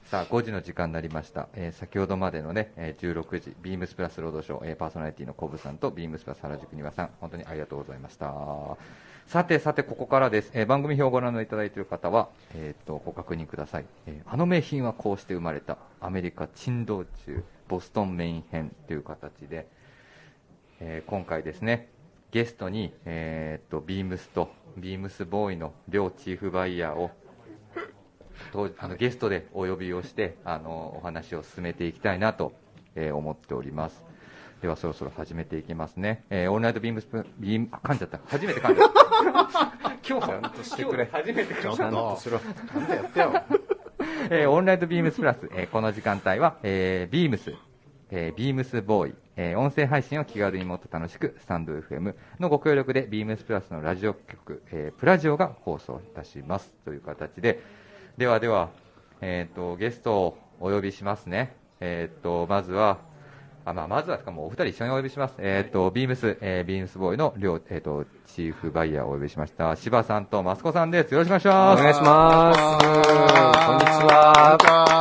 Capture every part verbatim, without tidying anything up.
さあごじの時間になりました、えー、先ほどまでのね、えー、じゅうろくじビームスプラスロードショー、えー、パーソナリティのコブさんとビームスプラス原宿庭さん、本当にありがとうございました。さてさてここからです、えー、番組表をご覧いただいている方は、えー、とご確認ください、えー、あの名品はこうして生まれたアメリカ珍道中ボストンメイン編という形で、えー、今回ですねゲストに、えー、とビームスとビームスボーイの両チーフバイヤーをとあのゲストでお呼びをしてあのお話を進めていきたいなと、えー、思っております。ではそろそろ始めていきますね。えー、オールナイトビームスプビームあ噛んじゃった初めて噛んじゃった今日ちゃんとしてくれ初めて噛んじゃったちゃんとしろちゃんとやってよえー、オールナイトビームスプラス、えー、この時間帯は、えー、ビームス、えー、ビームスボーイ、えー、音声配信を気軽にもっと楽しくスタンド エフエム のご協力でビームスプラスのラジオ局、えー、プラジオが放送いたしますという形で、ではでは、えー、とゲストをお呼びしますね。えー、とまずはあ、まあ、まずはもうお二人一緒にお呼びします。えー、とビームス、えー、ビームスボーイの両、えー、とチーフバイヤーをお呼びしました柴さんと益子さんです。よろしくお願いします。 お願いします。こんにちは。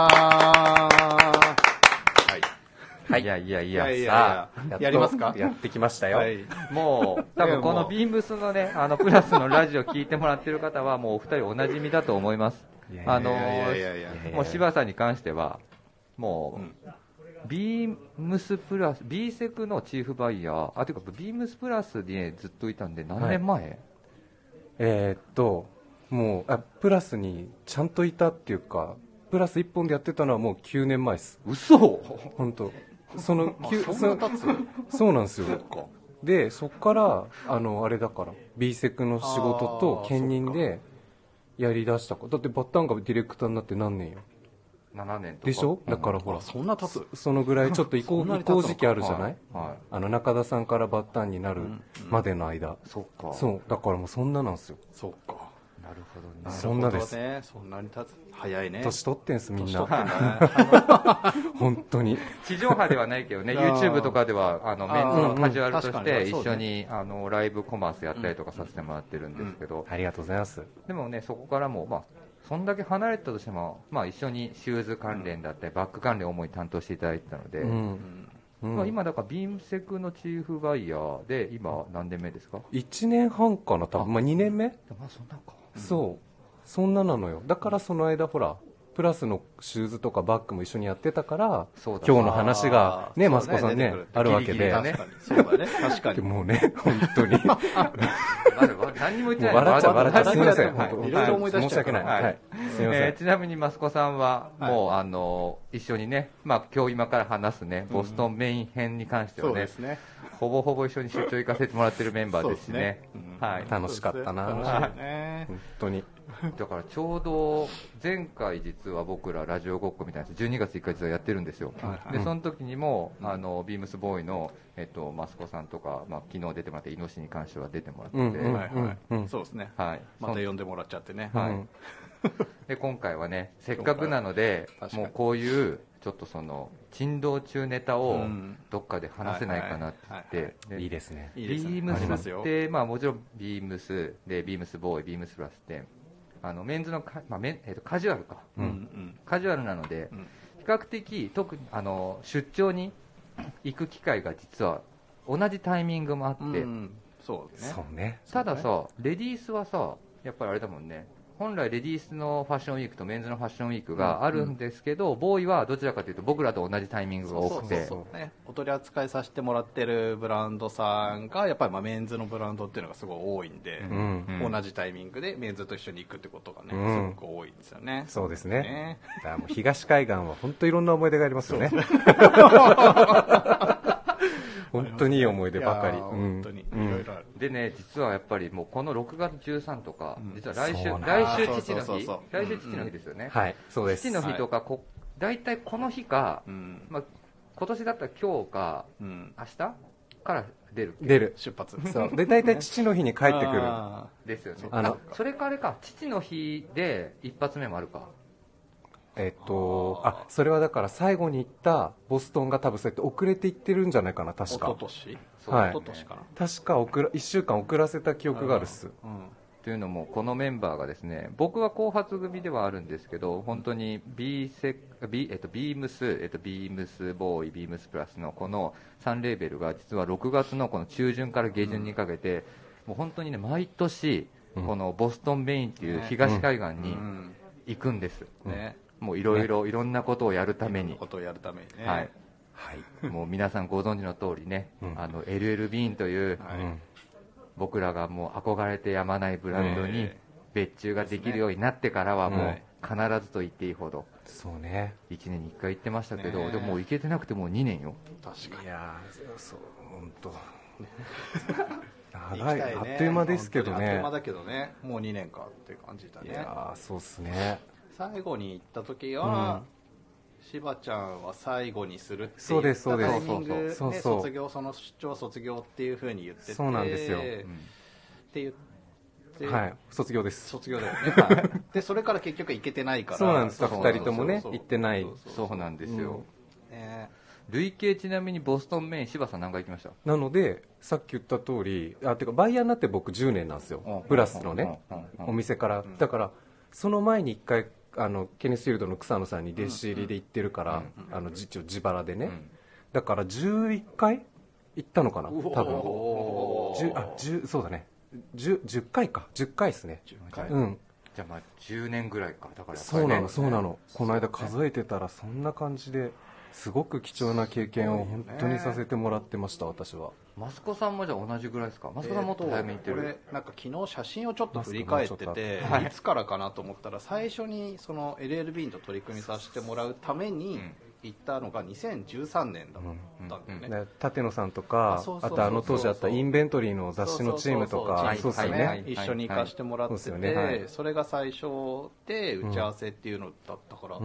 はい、いやいやいや、 いやいやさあやりますか。やってきましたよ。はい、 もう多分このビームスのねあのプラスのラジオ聞いてもらってる方はもうお二人おなじみだと思います。あのもう柴さんに関してはもう、うんビームスプラス B セクのチーフバイヤーあというかビームスプラスにずっといたんで何年前、はい、 えー、っともうあプラスにちゃんといたっていうかプラスいっぽんでやってたのはもうきゅうねんまえです。 嘘本当そのそんな経つそうなんですよ。でそっからあのあれだから B セクの仕事と兼任でやりだしたか。だってバッタンがディレクターになって何年よななねんとかでしょ。だからほら、 うん、そんな経つそ, そのぐらいちょっと移行移行時期あるじゃない、 はいはい、 あの中田さんからバッタンになるまでの間、 うんうん、そっかそうだからもうそんななんですよ。 そっかなるほどね。 そんなです、 ね、そんなに経つ早いね。 年取ってんすみんな、 ね、 本当に地上波ではないけどねYouTube とかではあのメンズのカジュアルとして一緒にあのライブコマースやったりとかさせてもらってるんですけど、うんうん、 ありがとうございます。 でもねそこからもまあそんだけ離れたとしても、まあ、一緒にシューズ関連だったり、うん、バッグ関連を主に担当していただいてたので、うんうんまあ、今だからビームセクのチーフバイヤーで今何年目ですか。 いちねんはんかな多分、まあ、にねんめ、 まあ、そんなか、 うん、そうそんななのよ。だからその間ほらプラスのシューズとかバッグも一緒にやってたから今日の話がね益子さんねあるわけで、 確かにそうだね確かにもうね本当に何にも言ってない。 笑っちゃう笑っちゃうすみません、 はい、いろいろ思い出しちゃう申し訳ない、はいはい、すみません、 えー、ちなみに益子さんはもう、はい、あの一緒にね、まあ、今日今から話すねボストンメイン編に関しては ね,、うん、そうですねほぼほぼ一緒に出張行かせてもらってるメンバーですしね、 うんはい、楽しかったな、 楽しいね本当に。 だからちょうど前回実は僕らラジオごっこみたいなやつじゅうにがついっか実はやってるんですよ、はいはい、でその時にも、うん、あのビームスボーイの、えっと、益子さんとか、まあ、昨日出てもらったイノシに関しては出てもらって、うんうんはいはいうん、そうですね、はい、また呼んでもらっちゃってね、はい、うん、 で今回はねせっかくなのでもうこういうちょっとその珍道中ネタをどっかで話せないかなって言って、 いいですね。 ビームスって、まあ、もちろんビームスでビームスボーイビームスプラスってあのメンズのか、まあメえー、とカジュアルか、うんうん、カジュアルなので、うん、比較的特にあの出張に行く機会が実は同じタイミングもあって、うん、 そうね、 そうね。 たださレディースはさやっぱりあれだもんね、本来レディースのファッションウィークとメンズのファッションウィークがあるんですけど、うん、ボーイはどちらかというと僕らと同じタイミングが多くて、 そうそうそう、ね、お取り扱いさせてもらってるブランドさんがやっぱりまあメンズのブランドっていうのがすごい多いんで、うんうん、同じタイミングでメンズと一緒に行くってことがね、うん、すごく多いんですよね。 そうですね、ね、だからもう東海岸は本当いろんな思い出がありますよね本当にいい思い出ばかり、 本当にいろいろある。 でね実はやっぱりもうこのろくがつじゅうさんとか、うん、実は来週来週父の日来週父の日ですよね、 うんうん、はいそうです。 父の日とかこ大体この日か、うんまあ、今年だったら今日か、うん、明日から出る出る出発そうで大体父の日に帰ってくるですよね。あのそれかあれか父の日で一発目もあるか。 えっと、あそれはだから最後に行ったボストンが多分そうやって遅れて行ってるんじゃないかな確か。 一昨年はい、 一昨年かな確か遅らいっしゅうかん遅らせた記憶があるっす。 うん、 というのもこのメンバーがですね、僕は後発組ではあるんですけど、本当に B セ、B、えっと、ビームス、えっと、ビームスボーイ、ビームスプラスのこのさんレーベルが実はろくがつのこの中旬から下旬にかけて、もう本当にね、毎年このボストンメインっていう東海岸に行くんです、 うんね、 もういろいろいろんなことをやるために、 ことをやるためにね、 はいはい、もう皆さんご存知の通りね、うん、あの エルエル ビーンという、はい、僕らがもう憧れてやまないブランドに別注ができるようになってからはもう必ずと言っていいほど、 そうね、 いちねんにいっかい行ってましたけど、ね、でももう行けてなくてもうにねんよ。 確かに。 いやそう本当長い、ね、あっという間ですけどね。 あっという間だけどね、もうにねんかっていう感じだね。 いやそうっすね。 最後に行った時は、しば、うん、ちゃんは最後にするって言ったタイミングで卒業、その出張卒業っていう風に言ってて、 そうなんですよ、うん、 って言ってはい、卒業です。 卒業だよね。はい、でそれから結局行けてないから。 そうなんです。ふたりともね行ってない。 そうなんですよ。 うん、ね、 累計ちなみにボストンメイン、柴さん何回行きました？ なのでさっき言った通り、あてかバイヤーになって僕じゅうねんなんですよ、プラスのね、お店から。だからその前にいっかいあのケネスフィールドの草野さんに弟子入りで行ってるから、あの自自腹でね、だからじゅういっかい行ったのかな、多分あじゅうそうだね、じゅう、じゅっかいか、じゅっかいですね。じゅっかい、うん、 じゃあまあじゅうねんぐらいか。だから、ね、 そうなのそうなの、この間数えてたらそんな感じで、すごく貴重な経験を本当にさせてもらってました、私は。 マスコさんもじゃあ同じぐらいですか？マスコさんもっと早めに行ってる。 俺なんか昨日写真をちょっと振り返ってて、いつからかなと思ったら、最初にその エルエルビー と取り組みさせてもらうために行ったのがにせんじゅうさんねんだったんだよね、うんうん、 立野さんとか、あとあの当時あったインベントリーの雑誌のチームとか、そうですよね、 一緒に行かせてもらってて、はいはい、それが最初で打ち合わせっていうのだったから、うん、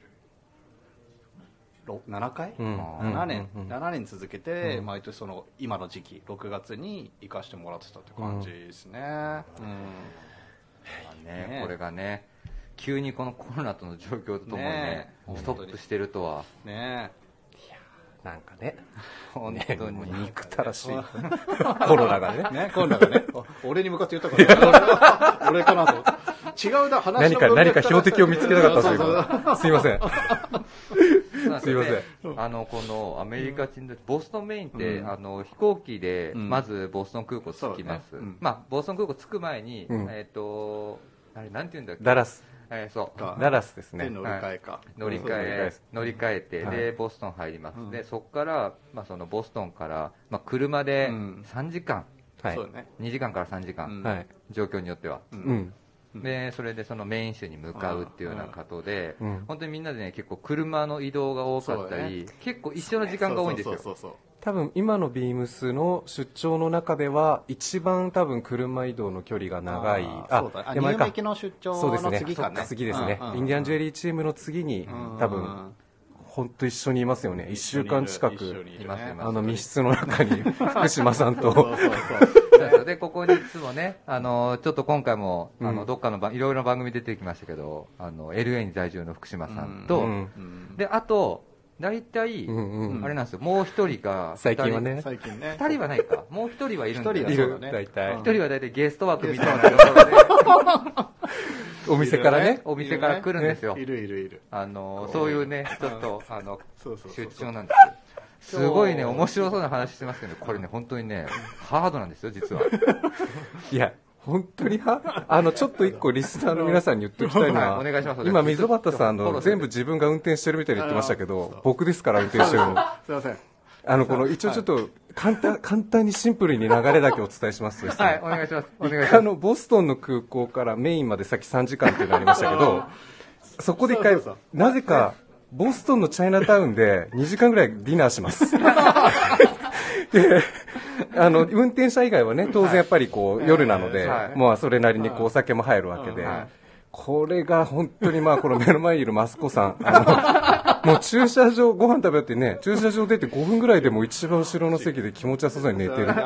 ななかい、うん、ななねん、うん、ななねん続けて、うん、毎年その今の時期ろくがつに行かしてもらってたって感じですね、うんうんまあねね、これがね急にこのコロナとの状況とともにね、ねストップしてるとはね。 いやなんかね本当に、 ね、憎たらしいコロナがねねコロナがね俺に向かって言ったから俺かなと違うな話何か何か標的を見つけたかったですすいませんすいません。あのこのアメリカ人でボストンメインって、うん、あの飛行機でまずボストン空港着きます、うんねうん、まあボストン空港着く前に、うん、えっ、ー、とあれなんていうんだっけ、 ダラス、 えー、そうダラスですね。 乗り換えか、はい、 乗り換え乗り換えて、はい、でボストン入ります、うん、でそこから、まあ、そのボストンから、まあ、車でさんじかん、 うんはい、 にじかんからさんじかん、うん、状況によっては、うんでそれでそのメイン州に向かうっていうようなことで、うん、本当にみんなでね結構車の移動が多かったり、ね、結構一緒の時間が多いんですよ。 多分今のビームスの出張の中では一番多分車移動の距離が長い。 ああそうだ、ニューメキの出張の次かね。 次ですね、うんうんうん、インディアンジュエリーチームの次に、うんうん、多分本当一緒にいますよね。いっしゅうかん近くいますよね、 あの密室の中に福島さんとそうそうそうでここにいつもね、あのちょっと今回も、うん、あのどっかのいろいろな番組出てきましたけど、あの エルエー に在住の福島さんと、うんうん、であと大体、うんうん、あれなんですよ、もう一人が最近はね最近ねふたりはないか、もう一人はいるんだよ。 いる大体一人は大体ゲスト枠みたいなところでお店からねお店から来るんですよ。 いるいるいる。 あのそういうねちょっとあの出張なんですよ。すごいね面白そうな話してますけど、これね本当にねハードなんですよ実は。 いや本当にはあのちょっと一個リスナーの皆さんに言っておきたいのは、 はい、お願いします。 今溝端さんの全部自分が運転してるみたいに言ってましたけど、僕ですから運転してるの。 すいません。 あのこの一応ちょっと簡単簡単にシンプルに流れだけお伝えしますとですね、 はいお願いします。お願いします。 あのボストンの空港からメインまでさっきさんじかんっていうのありましたけど、そこで一回なぜかボストンのチャイナタウンでにじかんぐらいディナーします。であの運転者以外はね当然やっぱりこう、はい、夜なので、はい、もうそれなりにこうお酒も入るわけで、はい、これが本当にまあこの目の前にいるマスコさん、あのもう駐車場ご飯食べってね、駐車場出てごふんぐらいでもう一番後ろの席で気持ちよさそうに寝てるっていう。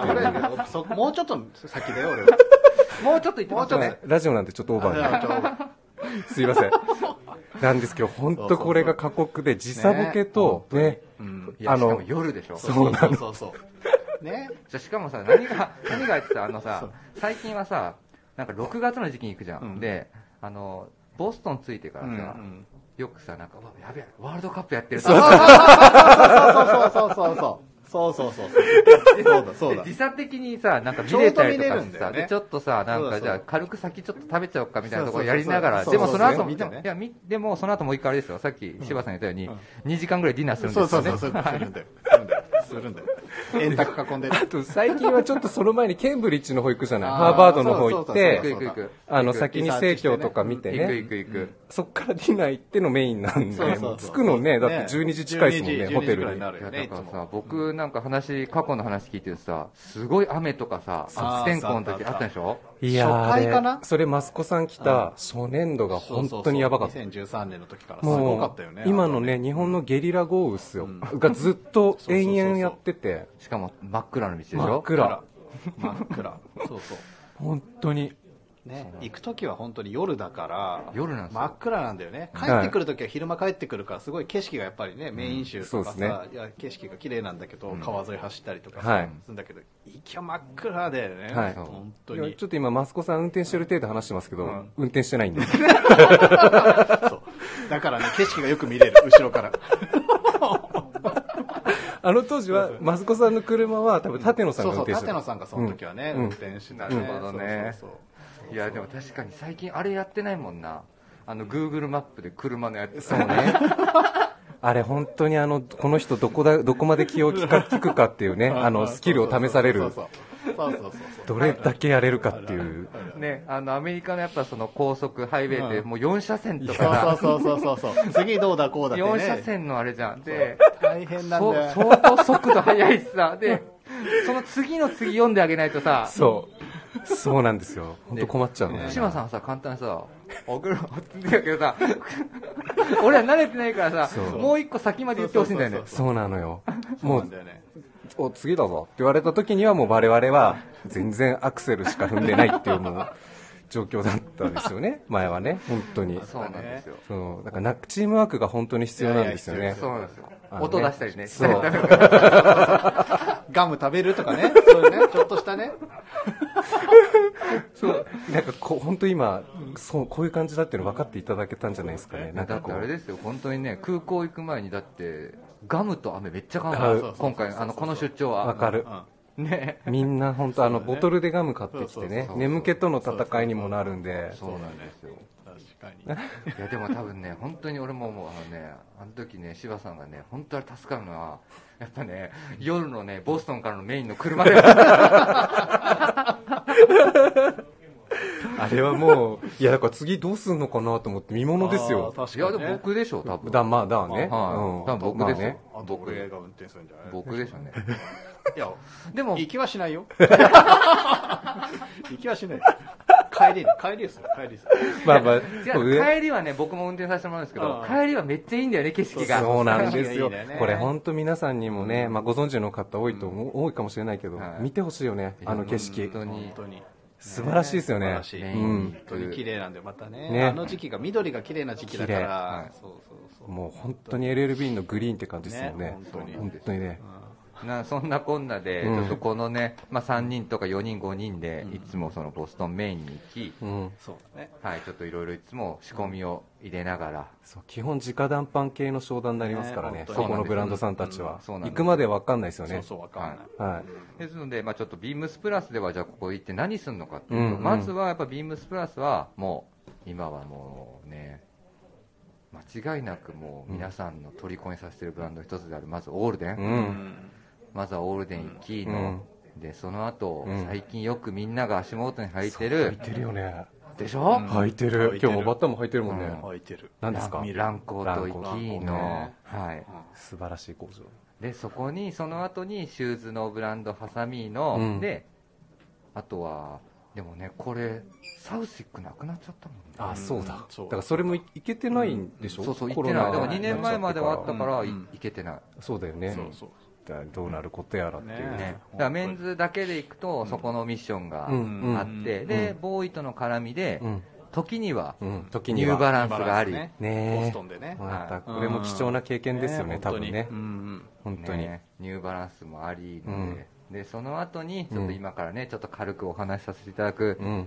もうちょっと先だよ俺は。 もうちょっと言ってますね。 ラジオなんてちょっとオーバーで。すいません。なんですけど本当これが過酷で時差ボケとね、ねうん、いやしかも夜でしょ。 そうなの。 そうそうそう。ね、 じゃしかもさ何が何が言ってたあのさ最近はさなんかろくがつの時期に行くじゃん、 うん、 であのボストン着いてからさ、うんうん、よくさなんかやべえワールドカップやってるそうそうそうそうそうそうそうそうそうそうだそうだ時差的にさなんか見れたりとかしてさ、ね、でちょっとさなんかじゃあ軽く先ちょっと食べちゃおうかみたいなところやりながらでもその後もいやでもその後もう一回あれですよさっき柴さん言ったように、うん、にじかんぐらいディナーするんですよね。そうそうそうするんだよするんだよ円卓囲んでる。 あと最近はちょっとその前にケンブリッジの方行くじゃない、ハーバードの方行ってあの先に生協とか見てね、 行く行く行く、 そっからディナー行ってのメインなんで、着くのねだってじゅうにじ近いですもんね、ホテルに。 だからさ僕なんか話過去の話聞いてるさすごい雨とかさ悪天候の時あったでしょ。 いやー初回かな、それマスコさん来た初年度が本当にやばかった。 にせんじゅうさんねんの時からすごかったよね。 今のね日本のゲリラ豪雨っすよ、うん、がずっと延々やってて、 しかも真っ暗の道でしょ。 真っ暗真っ暗そうそう本当にね、行くときは本当に夜だから夜なんですよ、 真っ暗なんだよね。帰ってくるときは昼間帰ってくるからすごい景色がやっぱりね、メイン州とかさ、ね、いや景色が綺麗なんだけど、うん、川沿い走ったりとかするんだけど、行きは真っ暗だよね、はい、本当に。 ちょっと今マスコさん運転してる程度話してますけど、うん、運転してないんでそうだからね景色がよく見れる後ろからあの当時はマスコさんの車は多分舘野さんが運転してた。 そうそう、舘野さんがその時はね、うん、運転してたね。 なるほどね。そうそうそう、いやでも確かに最近あれやってないもんな、あの Google マップで車のやつ。 そうねあれ本当にあのこの人どこだどこまで気を利か利くかっていうねあのスキルを試される、どれだけやれるかっていうね。あのアメリカのやっぱその高速ハイウェイでもうよん車線とか、 そうそうそうそうそう次どうだこうだってね、 よん車線のあれじゃん。で大変なんだよ、 相当速度速いしさ、でその次の次読んであげないとさ、 そうそうなんですよ、本当困っちゃうね。 島さんはさ簡単にさ送るってだけどさ俺は慣れてないからさ、もう一個先まで言ってほしいんだよね。 そうなのよ、もうお次だぞって言われた時にはもう我々は全然アクセルしか踏んでないっていうもう状況だったんですよね前はね。本当にそうなんですよ。 そうだからチームワークが本当に必要なんですよね。 そうなんですよ、音出したりね、 そうガム食べるとかね、そういうねちょっとしたねそうなんかこう本当今そうこういう感じだっていうの分かっていただけたんじゃないですかね。なんかだってあれですよ本当にね、空港行く前にだってガムと飴めっちゃ買うの今回あのこの出張は。 分かる、ね、みんな本当あのボトルでガム買ってきてね、眠気との戦いにもなるんで。 そうなんですよ確かにいやでも多分ね本当に俺ももうあのねあの時ね柴さんがね本当に助かるのはやっぱね夜のねボストンからのメインの車であれはもういやだから次どうすんのかなと思って見ものですよ。 いやでも僕でしょ多分。 だまあだね、はい、うん、 多分僕ですよ。 僕が運転するんじゃない。 僕でしょうね。 いやでも行きはしないよ行きはしない、帰り帰りですよ帰りですよ。 まあまあ帰りはね僕も運転させてもらうんですけど、帰りはめっちゃいいんだよね景色が。 そうなんですよ、これ本当皆さんにもね、まあ、ご存知の方多いと思う、多いかもしれないけど、はい、見てほしいよねあの景色。 本当に本当に素晴らしいですよね。 素晴らしい、うん、本当に綺麗なんでまた ね, ねあの時期が緑が綺麗な時期だから、はい、そうそうそうもう本当に エルエルビー のグリーンって感じですよね。ね本当に本当にね、 うん、なそんなこんなで、うん、ちょっとこのね、まあ、さんにんとかよにんごにんでいつもそのボストンメインに行き、うん、そうだね、はい、ちょっといろいろいつも仕込みを入れながら、 そう基本直談判系の商談になりますからね、そこのブランドさんたちは、うん、行くまで分かんないですよね。 そうそう分かんない、 はいはい、 ですので、まあ、ちょっとビームスプラスではじゃあここ行って何するのかっていうと、うんうん、まずはやっぱビームスプラスはもう今はもうね間違いなくもう皆さんの虜にさせているブランド一つであるまずオールデン、うん、まずはオールデン行きの、うん、でその後、うん、最近よくみんなが足元に履いてる履いてるよねでしょ、 うん、履いてる今日もバッタも履いてるもんね、 うん、履いてる何ですかランコート行きの、ね、はい、 素晴らしい工場でそこにその後にシューズのブランドハサミの、うん、であとはでもねこれサウシックなくなっちゃったもんね。 あそうだ、うん、だからそれもいけてないんでしょ、 うん、そうそういけてない。だからにねんまえまではあったからい、うん、いけてない。 そうだよね。そうそうどうなることやらっていうね。 ねだからメンズだけでいくと、うん、そこのミッションがあって、うん、で、うん、ボーイとの絡みで、うん、時には、うん、時にはニューバランスがあり、 ねねボストンでね、 またこれも貴重な経験ですよね、ね多分ね、うん、本当に、 ね、ニューバランスもありので、うん、でその後にちょっと今からね、ちょっと軽くお話しさせていただく、うん、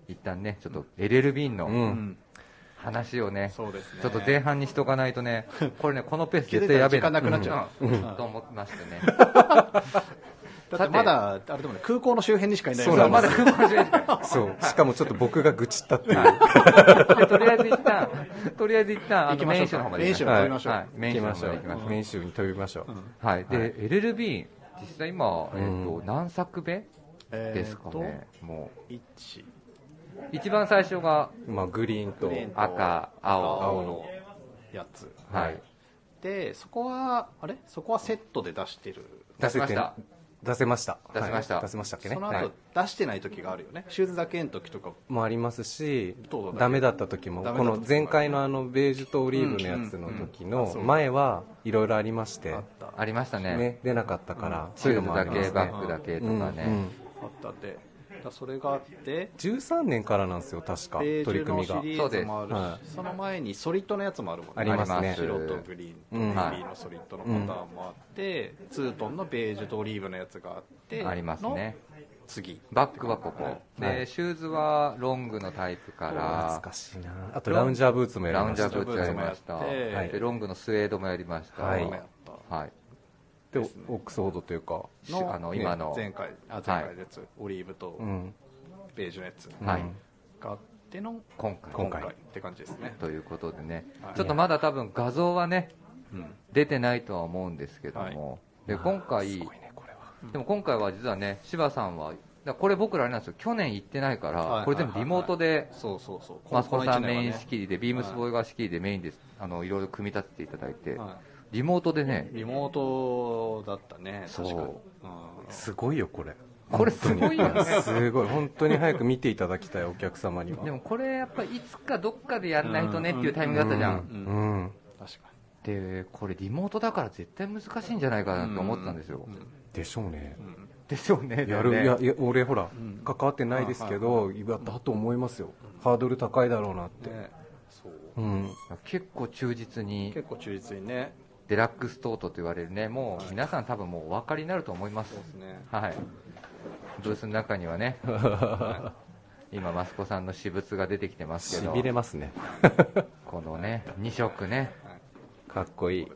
一旦ねちょっと エルエルビー の、 うん話をね、 そうですね、 ちょっと前半にしとかないとね、これね、このペース絶対やべえ時間なくなっちゃう、 うんうんと思いましてね。 だってまだ、あれでもね、空港の周辺にしかいないそうなんですまだ空港中にそうしかもちょっと僕が愚痴ったっていうでとりあえず一旦、とりあえず一旦、あの行きましょうメイン州の方までメイン州に飛びましょう、 はい、メイン州の方まで行きましょう。 メイン州に飛びましょう、 はい、で、エルエルビー、実際今、えっと、何作目えーとですかね、もう。 いち一番最初がまあ、グリーンとグリーンと赤、青、 青のやつ、 はい、 でそこはあれそこはセットで出してる、 出しました。 出せました出せましたはい出せましたっけねその後、 はい出してない時があるよね、シューズだけの時とかもありますしどうだったダメだった時もダメだった時もこの前回のあのベージュとオリーブのやつの時の前はいろいろありましてあったありましたね。 ね出なかったからシそういうューズだけ、 のもありますねバッグだけとかね。 うんうんあったんで、だからそれがあってじゅうさんねんからなんですよ確かベージュ取り組みがのシリーズもあるしそうですはいその前にソリッドのやつもあるもんね、 ありますね白とグリーンとうんルビーのソリッドのパターンもあって、ツートンのベージュとオリーブのやつがあってありますね。 の次バッグはここ。で、 はいシューズはロングのタイプから懐、かしいなあとラウンジャーブーツもやりラウンジましたャーブーツやりました。 ラウンジャーブーツもやってで、ロングのスウェードもやりました。 はいもやったはい。 でオックスフォードというかしあの、今の、 前回あ前回のやつ、オリーブとうんベージュのやつはい。 があっての今回。 今回って感じですね、 ということでね、 はいちょっとまだ多分画像はね、 うん出てないとは思うんですけども、で、今回、 すごいねこれはでも今回は実はね、柴さんは、だからこれ僕らあれなんですよ、去年行ってないから、 はいこれ全部リモートで、 そうそうそうマスコさんメインこの一年はね仕切りで、ビームスボーイが仕切りでメインで、あの、いろいろ組み立てていただいて、 はリモートでね、 いリモートだったねそう確かに、うんすごいよこれこれすごいよね。 すごい本当に早く見ていただきたいお客様にはでもこれやっぱりいつかどっかでやんないとねっていうタイミングだったじゃん。 うんうん確かで、これリモートだから絶対難しいんじゃないかなって思ってたんですよ。 でしょうねでしょうね。 やるねいやいや俺ほら関わってないですけどいやだと思いますよハードル高いだろうなってにねそううん結構忠実に、 結構忠実にねデラックストートと言われるね、もう皆さん多分もうお分かりになると思いますそう。ですねはい。ブースの中にはね、今、マスコさんの私物が出てきてますけど、 しびれますねこのね、に色ね、 かっこいい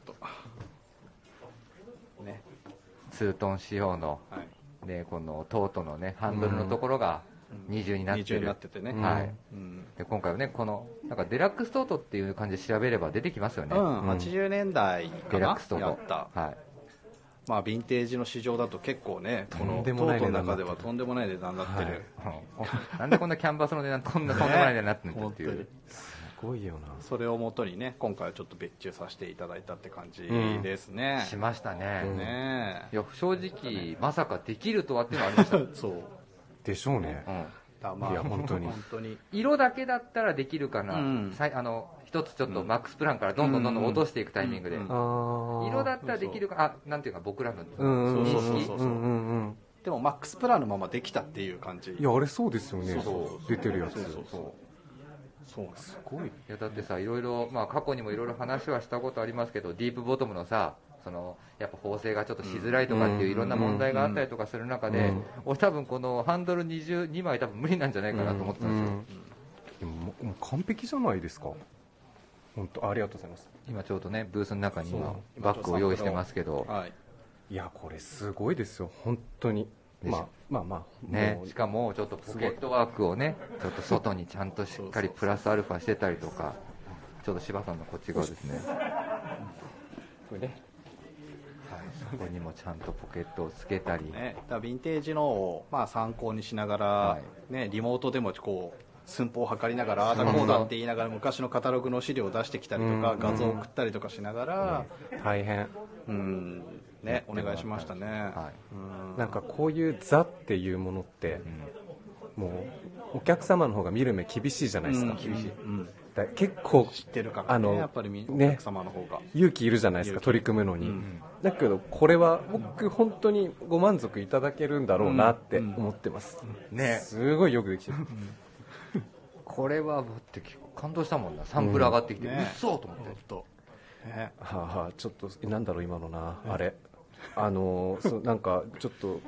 ねツートン仕様の、 はいでこのトートのね、ハンドルのところが二重になって二重にる。 なっててねはい。 うんで今回はね、この、なんかデラックストートっていう感じで調べれば出てきますよね。 うん、はちじゅうねんだいかデラッなクストート。 やった、 はい。 まあ、ヴィンテージの市場だと結構ねこのとんでもないトート値段になってるの中ではとんでもない値段になってる、 うんなんでこんなキャンバスの値段、こんなとんでもない値段になってるんだっていう。 すごいよなそれをもとにね今回はちょっと別注させていただいたって感じですね、 しましたね。 ねいや、正直、まさかできるとはっていうのはありました。 えそうでしょうねうん。 だまあいや本当に本当に色だけだったらできるかな、 うんさいあの一つちょっとマックスプランからどんどんどんどん落としていくタイミングで、 うんうんああ色だったらできるかあなんていうか僕らのうんうんうん認そうそう識そうそううんうんうんでもマックスプランのままできたっていう感じいやあれそうですよねそうそう出てるやつそうそうそうそうなんですよすごいいやだってさいろいろ、まあ、過去にもいろいろ話はしたことありますけどディープボトムのさそのやっぱ縫製がちょっとしづらいとかっていういろんな問題があったりとかする中で、 うん俺多分このハンドルにじゅうにまい多分無理なんじゃないかなと思ってたんですよ、 でももうもう完璧じゃないですか本当ありがとうございます今ちょうどねブースの中に今そうバッグを用意してますけどはいいやこれすごいですよ本当にでしょまあまあまあもうねしかもちょっとポケットワークをねちょっと外にちゃんとしっかりプラスアルファしてたりとかちょっと柴さんのこっち側ですねこれねそこにもちゃんとポケットをつけたり、 ね、だからヴィンテージのを、まあ、参考にしながら、 はいね、リモートでもこう寸法を測りながらああだこうだって言いながら昔のカタログの資料を出してきたりとか、 うん画像を送ったりとかしながら、 大変うんね、お願いしましたね、 はいうんなんかこういうザっていうものってもうお客様の方が見る目厳しいじゃないですか、 うん厳しい、うんだ結構知ってるからねあのやっぱりみおね客様の方が、 勇気いるじゃないですか勇気取り組むのに、 うんだけどこれは僕本当にご満足いただけるんだろうなって思ってます、 ねすごいよくできてる、 これはだって結構感動したもんなサンプル上がってきて、うっねそーと思って、 ほんとねはあはあちょっとなんだろう今のな、あれあのそうなんかちょっと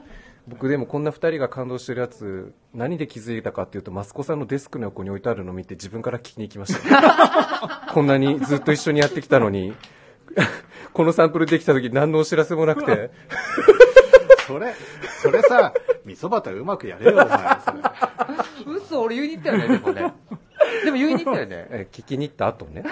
僕でもこんなふたりが感動してるやつ何で気づいたかっていうと、マスコさんのデスクの横に置いてあるのを見て自分から聞きに行きましたこんなにずっと一緒にやってきたのにこのサンプルできた時何のお知らせもなくてそれそれさ味噌バターうまくやれよお前それ嘘、俺言いに行ったよね、でもね。でも言いに行ったよね。 え聞きに行った後ね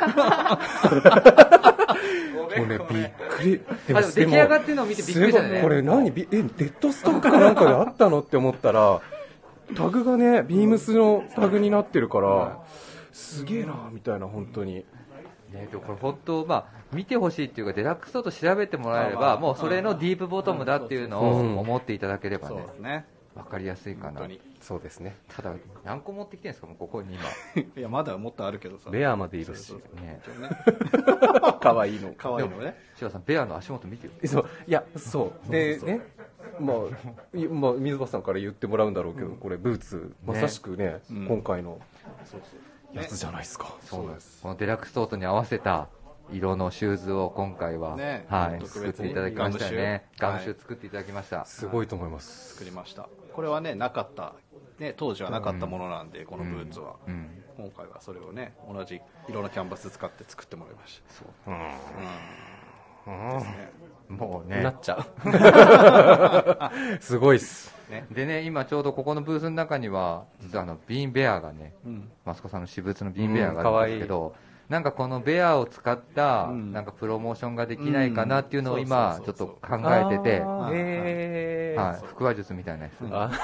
もうね、びっくり。 でも出来上がってるのを見てびっくりしたね。 これ何ビえ、デッドストックかなんかであったのって思ったら、タグがね、ビームスのタグになってるから、すげえな、みたいな、本当に。 ね、でもこれ本当、まあ、見てほしいっていうか、デラックスソート調べてもらえれば、もうそれのディープボトムだっていうのを思っていただければそうね、 ですね。 わかりやすいかな。 そうですね。 ただ、何個持ってきてるんですか、もうここに今。 いやまだもっとあるけどさ。 ベアまでいるし。 そうそうそうね、 かわいいの。 かわいいのね。 柴田さん、ベアの足元見てよ。 そう、いや、そう。で、ね、まあ、いまあ、水橋さんから言ってもらうんだろうけど、これ、ブーツ、まさしくね、 うん今回のそうそうやつじゃないですか。 そうです。このデラックスソートに合わせた色のシューズを今回は、 ねはい、 特別に作っていただきましたよね。 ガムシュガムシュ作っていただきました。 すごいと思います。 作りました。これはねなかったね当時はなかったものなんで、このブーツは、 うんうん今回はそれをね同じ色のキャンバス使って作ってもらいました。 そううんですね。 もうねなっちゃう。すごいっす。 ね。 でね、今ちょうどここのブースの中には実はあのビーンベアがね、 うん。 マスコさんの私物のビーンベアがあるんですけど、なんかこのベアを使ったうんなんかプロモーションができないかなっていうのをうん今ちょっとそうそうそう考えてて、 あーへーはい、腹話術みたいなやつ、 うんあ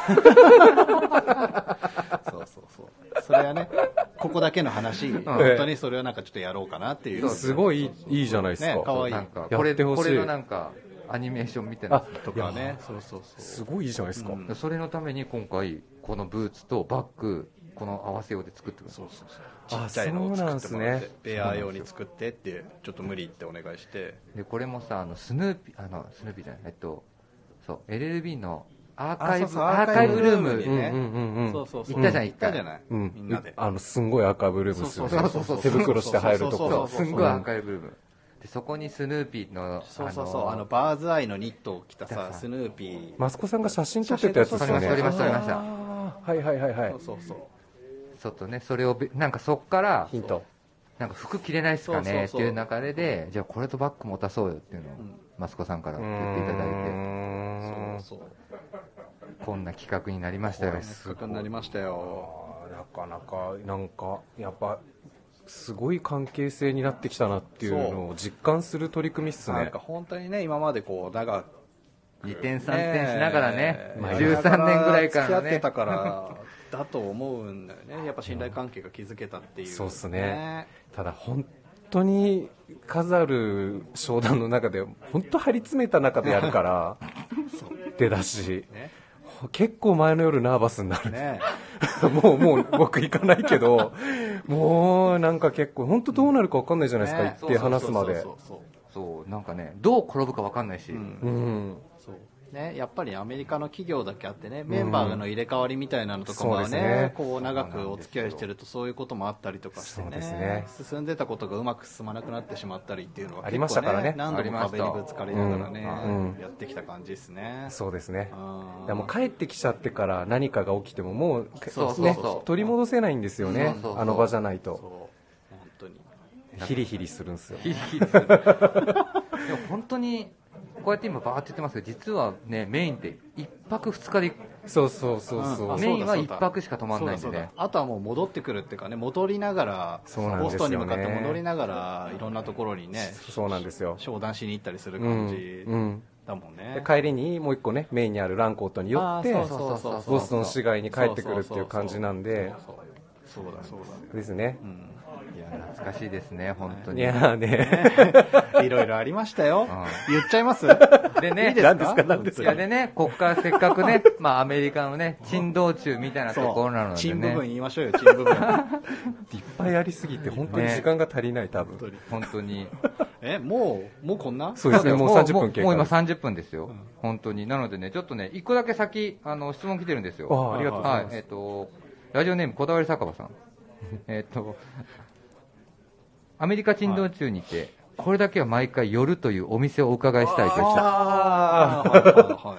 そうそうそう。それはね、ここだけの話、本当にそれはなんかちょっとやろうかなっていう。 すごいいいじゃないですか。 ねかわいいなんかやこれってほしいこれのなんかアニメーションみたいなあとかね、そうそうそう。 すごいいいじゃないですか。 うんそれのために今回このブーツとバッグこの合わせ用で作ってくる。 そうそうそう。ちあっちゃいのを作ってもらって、 そうなんすねベア用に作ってって、ちょっと無理ってお願いして。 でこれもさ、あのスヌーピーあのスヌーピーじゃないえっとそう エルエルビー のアーカイブあそうそうアーカイブルームにねうんうんうんうんそうそうそう。 行ったじゃん行ったじゃない。 うん、 みんなで。 あのすんごいアーカイブルームですよね。 そうそうそうそう手袋して入るとそうこすんごいアーカイブルームでそこにスヌーピーのそうそうそう。 のあの、バーズアイのニットを着たさ、 着たさスヌーピー。 マスコさんが写真撮ってたやつですよね。 撮りました撮りましたあーはいはいはいはいそう。そうそう。 ちょっとねそれをべなんかそっからヒント。 なんか服着れないっすかそうそうそうねっていう流れでじゃあこれとバッグ持たそうよっていうのをんマスコさんから言っていただいてそうそう。 こんな企画になりましたよ。 すごいになりましたよ。 あーなかなかなんかやっぱすごい関係性になってきたなっていうのを実感する取り組みっすねなんか。本当にね、今までこう、長くにてんさんてんしながらねえじゅうさんねんぐらいからね付き合ってたからだと思うんだよね。やっぱ信頼関係が築けたっていう、 そうっすね。ただ本当に数ある商談の中で本当張り詰めた中でやるから出だしね結構前の夜ナーバスになる、 ねもうもう僕行かないけどもうなんか結構本当どうなるか分かんないじゃないですか、 ね行って話すまでそうそうそうそうなんかねどう転ぶか分かんないし、 そう、うんうんそうね、やっぱりアメリカの企業だけあってね、メンバーの入れ替わりみたいなのとかもそうですねね、 こう長くお付き合いしてるとそういうこともあったりとかしてそうですねね、進んでたことがうまく進まなくなってしまったりっていうのはありましたからね結構何度も壁にぶつかりながらね、 うんやってきた感じですね。 そうですねうんでも帰ってきちゃってから何かが起きてももうそうそうねそう取り戻せないんですよねそうそうそうあの場じゃないとそう本当にヒリヒリするんですよヒリヒリするでも本当にこうやって今バーって言ってますけど実はねメインっていっぱくふつかでそうそうそうそう、 うんメインはそうだいっぱくしか泊まんないんでそうだねそうだあとはもう戻ってくるっていうかね、戻りながらそうなんですよねボストンに向かって戻りながらいろんなところにねそうなんですよ商談しに行ったりするうん感じうんだもんね、 で帰りにもう一個ねメインにあるランコートに寄ってあーそうそうそうそうボストン市街に帰ってくるっていう感じなんでそうだそうだ、 ですねうん、 いや懐かしいですね本当にいやーねいろいろありましたよ、 ん言っちゃいますでねいいですか何ですか何ですかいやでねこっからせっかくねまあアメリカのね珍道中みたいなところなのでチン部分ね言いましょうよ、チン部分いっぱいありすぎて本当に時間が足りない多分、 本当にえもうもうこんなそうですねもうさんじゅっぷん経過もう今さんじゅっぷんですよ、本当になのでねちょっとね一個だけ先あの質問来てるんですよ。 あーありがとうございますはいえっ、とラジオネームこだわり酒場さんえっとアメリカ珍道中にて、これだけは毎回寄るというお店をお伺いしたいとしたあーはいはいはいはい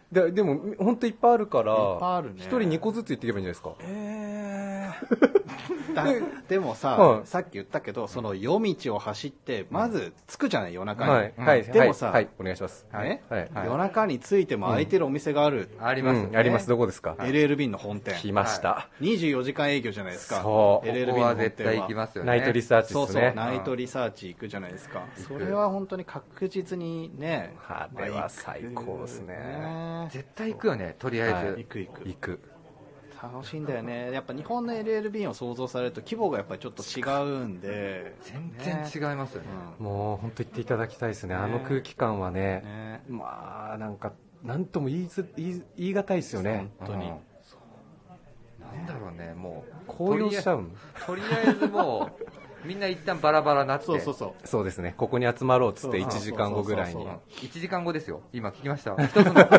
ででも本当いっぱいあるから、 いっぱいあるね一人にこずつ行っていけばいいんじゃないですか。 えー、だでもさ、 はいさっき言ったけどその夜道を走ってまず着くじゃない夜中に、 はい、 うんはい、 でもさはい、はい、お願いします。 ねはい、 はい夜中に着いても空いてるお店がある、 あります、 うん、あります。どこですか。 エルエルビー の本店来ました。 にじゅうよじかん営業じゃないですか。 そうエルエルビーここはの本店は絶対行きますよね。 ナイトリサーチそうそう、 ですね。 ナイトリサーチ行くじゃないですか。それは本当に確実にね、 あれは最高ですね。 ね絶対行くよね、とりあえず。 はい行く行く行く。 楽しいんだよね。やっぱ日本の エルエルビー を想像されると規模がやっぱりちょっと違うんで、 全然違いますよね。 もう本当行っていただきたいですね。あの空気感はね、 ねまあなんかなんとも言いず言い言い難いですよね。 本当に、 うんなんだろうね、もう高揚しちゃうの。 とりあえずもうみんな一旦バラバラになって、 そうそうそうそうですね。ここに集まろうっつってそういちじかんごぐらいにそうそう。 いちじかんごですよ、今聞きました。一つの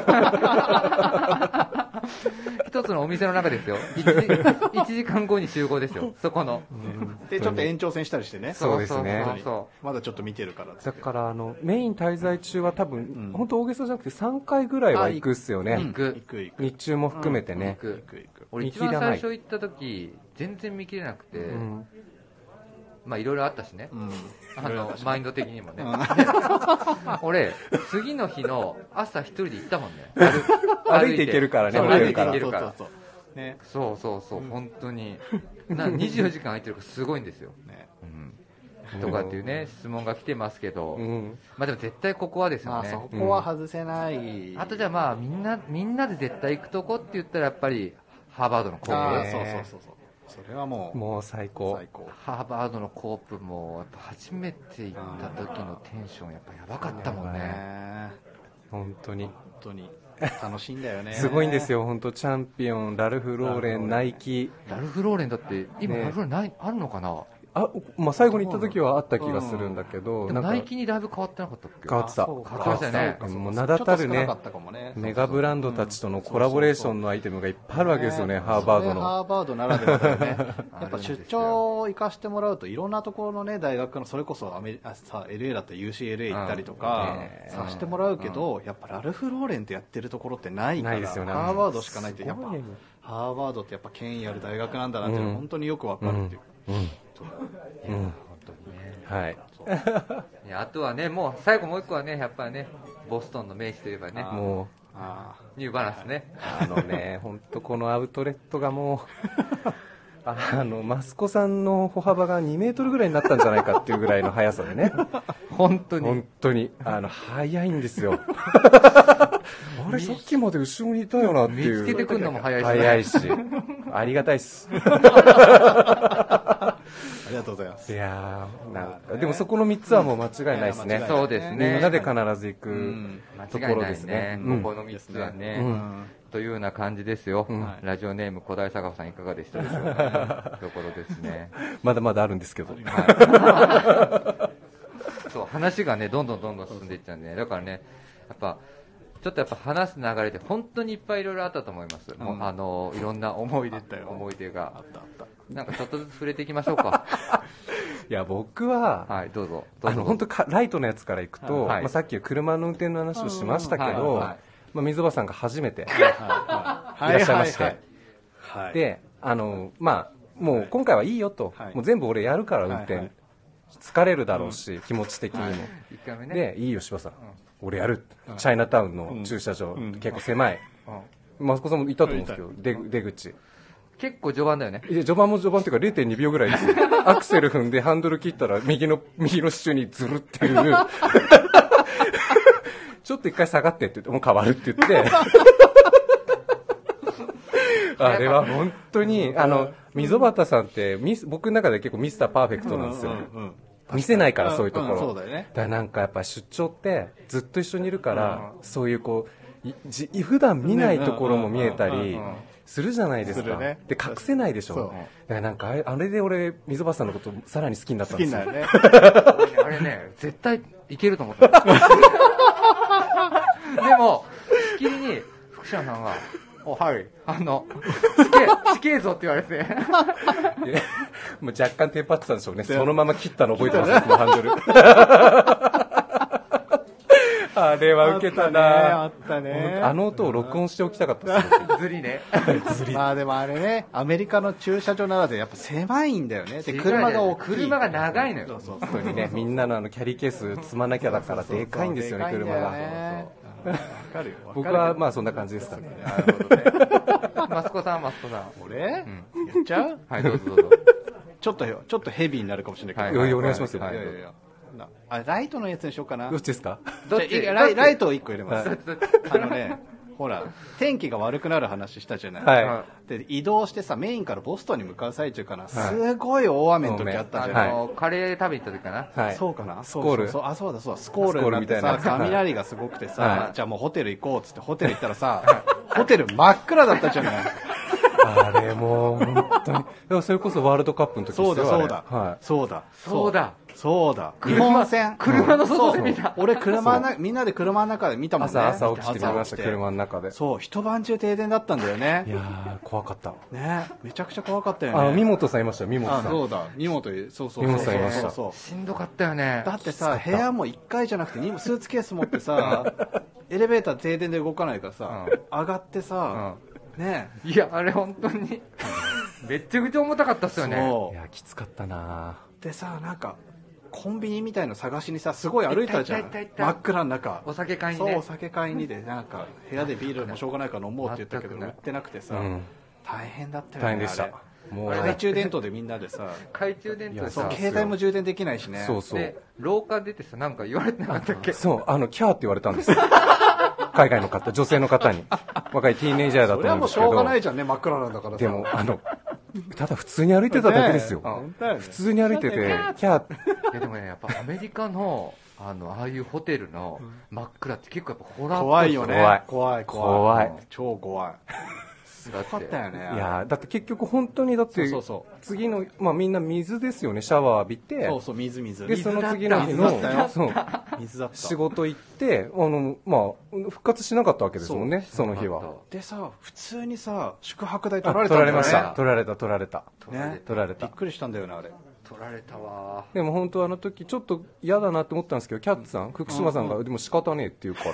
一つのお店の中ですよ。いちじ、いちじかんごに集合ですよ、そこの。 でちょっと延長戦したりしてね、 そうですねそうそまだちょっと見てるからっつってだからあのメイン滞在中は多分、 ん本当大げさじゃなくてさんかいぐらいは行くっすよね。 行く行く行く日中も含めてね。 行く行く行く俺一番最初行った時全然見切れなくて、 うんまあいろいろあったしね、 うんあのマインド的にもね、俺次の日の朝一人で行ったもんね。歩歩いて行けるからねそう歩いてホテルから行けるからそうそうそうねそうそうそう、本当になにじゅうよじかん空いてるからすごいんですよ、 ねうん、とかっていうね質問が来てますけど、 うんまあでも絶対ここはですまあよね、 そこは外せない、 あとじゃあまあみんなみんなで絶対行くとこって言ったらやっぱりハーバードのコープ、 あーそうそうそうそうそれはもうもう最高。 最高ハーバードのコープもやっぱ初めて行った時のテンションやっぱやばかったもんね。 ね本当に本当に楽しいんだよねすごいんですよ。本当チャンピオン、ラルフローレン、ナイキ。 ラルフローレンだって今ねラルフローレンない、あるのかな。 あ、まあ最後に行った時はあった気がするんだけど、なんかでもナイキにだいぶ変わってなかったっけ。 変わってた。 そうか変わってましたよねそうかそうかもう名だたるねちょっと少なかったかもねメガブランドたちとのコラボレーションのアイテムがいっぱいあるわけですよね、 ねハーバードそれハの。 ーバードならではだよねあやっぱ出るんですよ張行かしてもらうといろんなところのね大学のそれこそアメリあさ エルエー だったら ユーシーエルエー 行ったりとかうんねさせてもらうけど、やっぱラルフローレンってやってるところってないからないですよねハーバードしかないってやっぱすごいねハーバードってやっぱ権威ある大学なんだなっていうのが本当によくわかるっていう、 うん。うん。 本当にね。 はい。 いやあとはね、もう最後もう一個はね、やっぱりね、ボストンの名士といえばね、 あーもあニューバランスね。 う、あのね、本当このアウトレットがもう、あの、マスコさんの歩幅がにメートルぐらいになったんじゃないかっていうぐらいの速さでね。 本当に。 本当に、あの、速いんですよ。あれ、さっきまで後ろにいたよなって見いう。 つけてくるのも早いし、ね。 速いし、ありがたいっす。 ありがとうございますいやーなんかでもそこのみっつはもう間違いないですね。 うんそうですね。 みんなで必ず行くんとこ間違いろですないねね。。うんここのみっつはね。 うんというような感じですよ。 うんラジオネーム小平坂さんいかがでしたでしょうか、ところですね。 まだまだあるんですけど。 そう話がねどんどんどんどん進んでいっちゃうんで、だからねやっぱちょっとやっぱ話す流れで本当にいっぱいいろいろあったと思います。もうあのいろんな思い出あったよ思い出あがったあったなんかちょっとずつ触れていきましょうか。 いや僕は、 はいどうぞどうぞ。 あの本当かライトのやつからいくと、 はいまあ、さっき車の運転の話をしましたけど、 はいはいまあ、溝端さんが初めてはいらっしゃいまして、 はいはいはいであのまあもう今回はいいよと、 はいもう全部俺やるから運転、 はいはい疲れるだろうし、気持ち的にも、 いっかいめね。 でいいよ柴さん、俺やる、チャイナタウンの駐車場、結構狭い、マスコさんもいたと思うんですけど、出出口結構序盤だよね。 いや序盤も序盤っていうか れいてんにびょうぐらいですよアクセル踏んでハンドル切ったら右の右の支柱にズルっていうちょっと一回下がってって言ってもう変わるって言ってあれは本当にあの溝端さんってミス僕の中で結構ミスターパーフェクトなんですよ、 うんうんうん見せないからそういうところ、 うんそうだよねだからなんかやっぱ出張ってずっと一緒にいるから、そういうこういじ普段見ないところも見えたりするじゃないですか、 するねで隠せないでしょ、 そうだからなんかあれあれで俺溝端さんのことさらに好きになった好きんですよになるねあれね絶対いけると思った。でもしきりに福島さんがおはいあの死刑死刑ぞって言われて。 でもう若干テンパってたんでしょうねそのまま切ったの覚えてますよこのハンドルああれは受けたな。 あったね。 あの音を録音しておきたかったです。 ずりね。 ずり。まあでもあれね、アメリカの駐車場ならでやっぱ狭いんだよね。で、車が大きい。 車が長いのよ。 そうそう本当にね、みんなのあのキャリーケース積まなきゃだからでかいんですよね、車が。 わかるよ。 僕はまあそんな感じでしたね。 なるほどね。 マスコさん、マスコさん。 俺、うん、やっちゃう？ はい、どうぞどうぞ。 ちょっと、ちょっっとヘビーになるかもしれないけど。 はい、お願いしますよ。 いやいやいや。あ、ライトのやつにしようかな。 どっちですか？ どっち？ライライトをいっこ入れます。あのね、ほら、天気が悪くなる話したじゃない。 はい。 で、移動してさ、メインからボストンに向かう最中かな、すごい大雨の時あったじゃない。 あの、カレー食べに行った時かな。 はい。そうかな。 スコール。 そう、あ、そうだそうだ、スコールになってさ、雷がすごくてさ、じゃあもうホテル行こうっつってホテル行ったらさ、ホテル真っ暗だったじゃない。 あれもう本当に。でもそれこそワールドカップの時ですよ。 そうだそうだ。 はい。 そうだ。 そうだ。 そうだ。日本戦。 車の外で見た。 俺車な、みんなで車の中で見たもんね。 朝、朝起きて見ました、車の中で。 そう、一晩中停電だったんだよね。 いやー、怖かった。 ね、めちゃくちゃ怖かったよね。 あ、三本さんいました、三本さん。 そうだ、三本、そうそう。 三本さんいました。 しんどかったよね。 だってさ、部屋もいっかいじゃなくて、スーツケース持ってさ、エレベーター停電で動かないからさ、上がってさ、ね。 いや、あれ本当に、めっちゃくちゃ重たかったっすよね。 いや、きつかったな。 でさ、なんか、コンビニみたいの探しにさ、すごい歩いたじゃん。真っ暗の中。 お酒買いにね。 そう、お酒買いにで、なんか、部屋でビールもしょうがないから飲もうって言ったけど、売ってなくてさ、大変だったよね。 大変でした。 もう懐中電灯でみんなでさ、 懐中電灯でさ、 携帯も充電できないしね。 そうそう。 で、廊下出てさ、なんか言われてなかったっけ？ そう、あの、キャーって言われたんですよ。海外の方、女性の方に。若いティーネイジャーだと思うんですけど。 それはもうしょうがないじゃんね、真っ暗なんだからさ。 でも、あの、ただ普通に歩いてただけですよ。普通に歩いてて、キャーって。 いやでもね、やっぱアメリカの、あの、ああいうホテルの真っ暗って結構やっぱホラーっぽい。 怖いよね。 怖い。 怖い、 怖い。 超怖い。すごかったよね。 いやだって結局本当にだって、次の、まあみんな水ですよね、シャワー浴びて。 そうそう、水水。 で、その次の日の、そう、 水だった。 仕事行って、あの、まあ、復活しなかったわけですもんね、その日は。 でさ、普通にさ、宿泊代取られたんだよね。取られました。取られた、取られた。 ね。 取られた。 びっくりしたんだよね、あれ。 取られたわ。 でも本当あの時ちょっと嫌だなって思ったんですけど、キャッツさん、福島さんが、でも仕方ねえって言うから。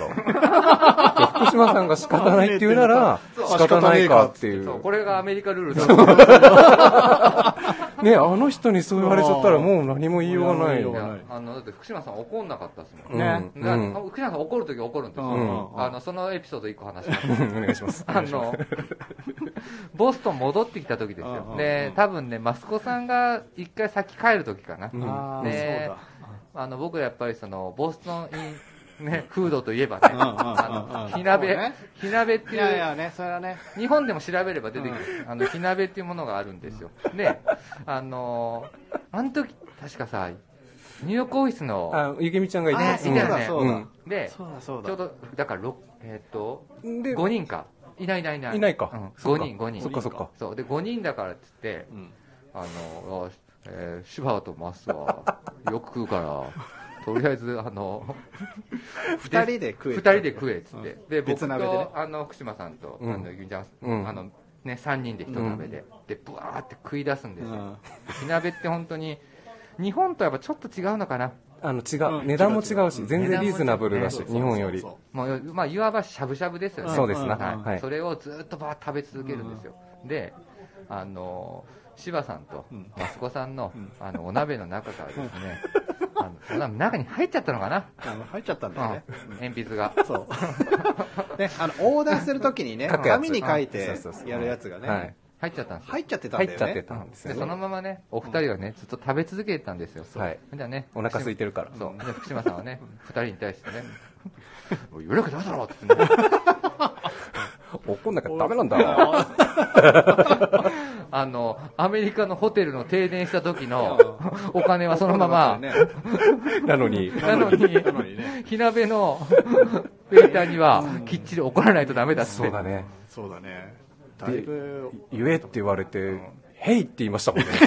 福島さんが仕方ないって言うなら、仕方ないかっていう。 そう、これがアメリカルールだ。 ね、あの人にそう言われちゃったらもう何も言いようがないよ。 あの、だって福島さん怒んなかったですもんね。 福島さん怒るとき怒るんですよ。あの、そのエピソードいっこ話します。 お願いします。 あの、ボストン戻ってきた時ですよ。で、多分ね、マスコさんが一回先帰る時かな。で、あの、僕やっぱりその、ボストンイン、ね、フードといえばね、あの、火鍋、火鍋っていう、いやいやね、それはね、日本でも調べれば出てくる、あの、火鍋っていうものがあるんですよ。で、あの、あの時、確かさ、ニューヨークオフィスの、 あ、ゆきみちゃんがいて、 いたよね。 そうだ。 で、ちょうど、だから、えっと、ごにんか。いないいないいない。 いないか。 ごにん、ごにん。 そっかそっか。 そう。で、ごにんだからっつって、あの、えー、柴田とマスはよく食うから、とりあえず、あの、 二人で食え。 二人で食えっつって。で、僕と、 ね、 あの、福島さんと、あの、ゆみちゃん、あの、ね、三人で一鍋で、で、ブワーって食い出すんですよ。火鍋って本当に、日本とやっぱちょっと違うのかな。 あの、違う。値段も違うし、全然リーズナブルだし、日本より。 もう、まあ、いわばしゃぶしゃぶですよね。 そうですね。 はい。それをずっとばー食べ続けるんですよ。で、あの、柴さんとマスコさんの、あの、お鍋の中からですね、あの、お鍋の中に入っちゃったのかな。 入っちゃったんだよね。 鉛筆が。 そう。ね、あの、オーダーするときにね、紙に書いてやるやつがね。 入っちゃったんですよ。 入っちゃってたんだよね。 入っちゃってたんですよ。 で、そのままね、お二人はね、ずっと食べ続けてたんですよ。 はい。 じゃあね、 お腹空いてるから。 そう。で、福島さんはね、二人に対してね、言わなきゃダメだろってね。 怒んなきゃダメなんだ。 あの、アメリカのホテルの停電した時のお金はそのまま、 なのに、 なのに、火鍋のウェイターにはきっちり怒らないとダメだって。 そうだね。 そうだね。だいぶ言えって言われて、ヘイって言いましたもんね。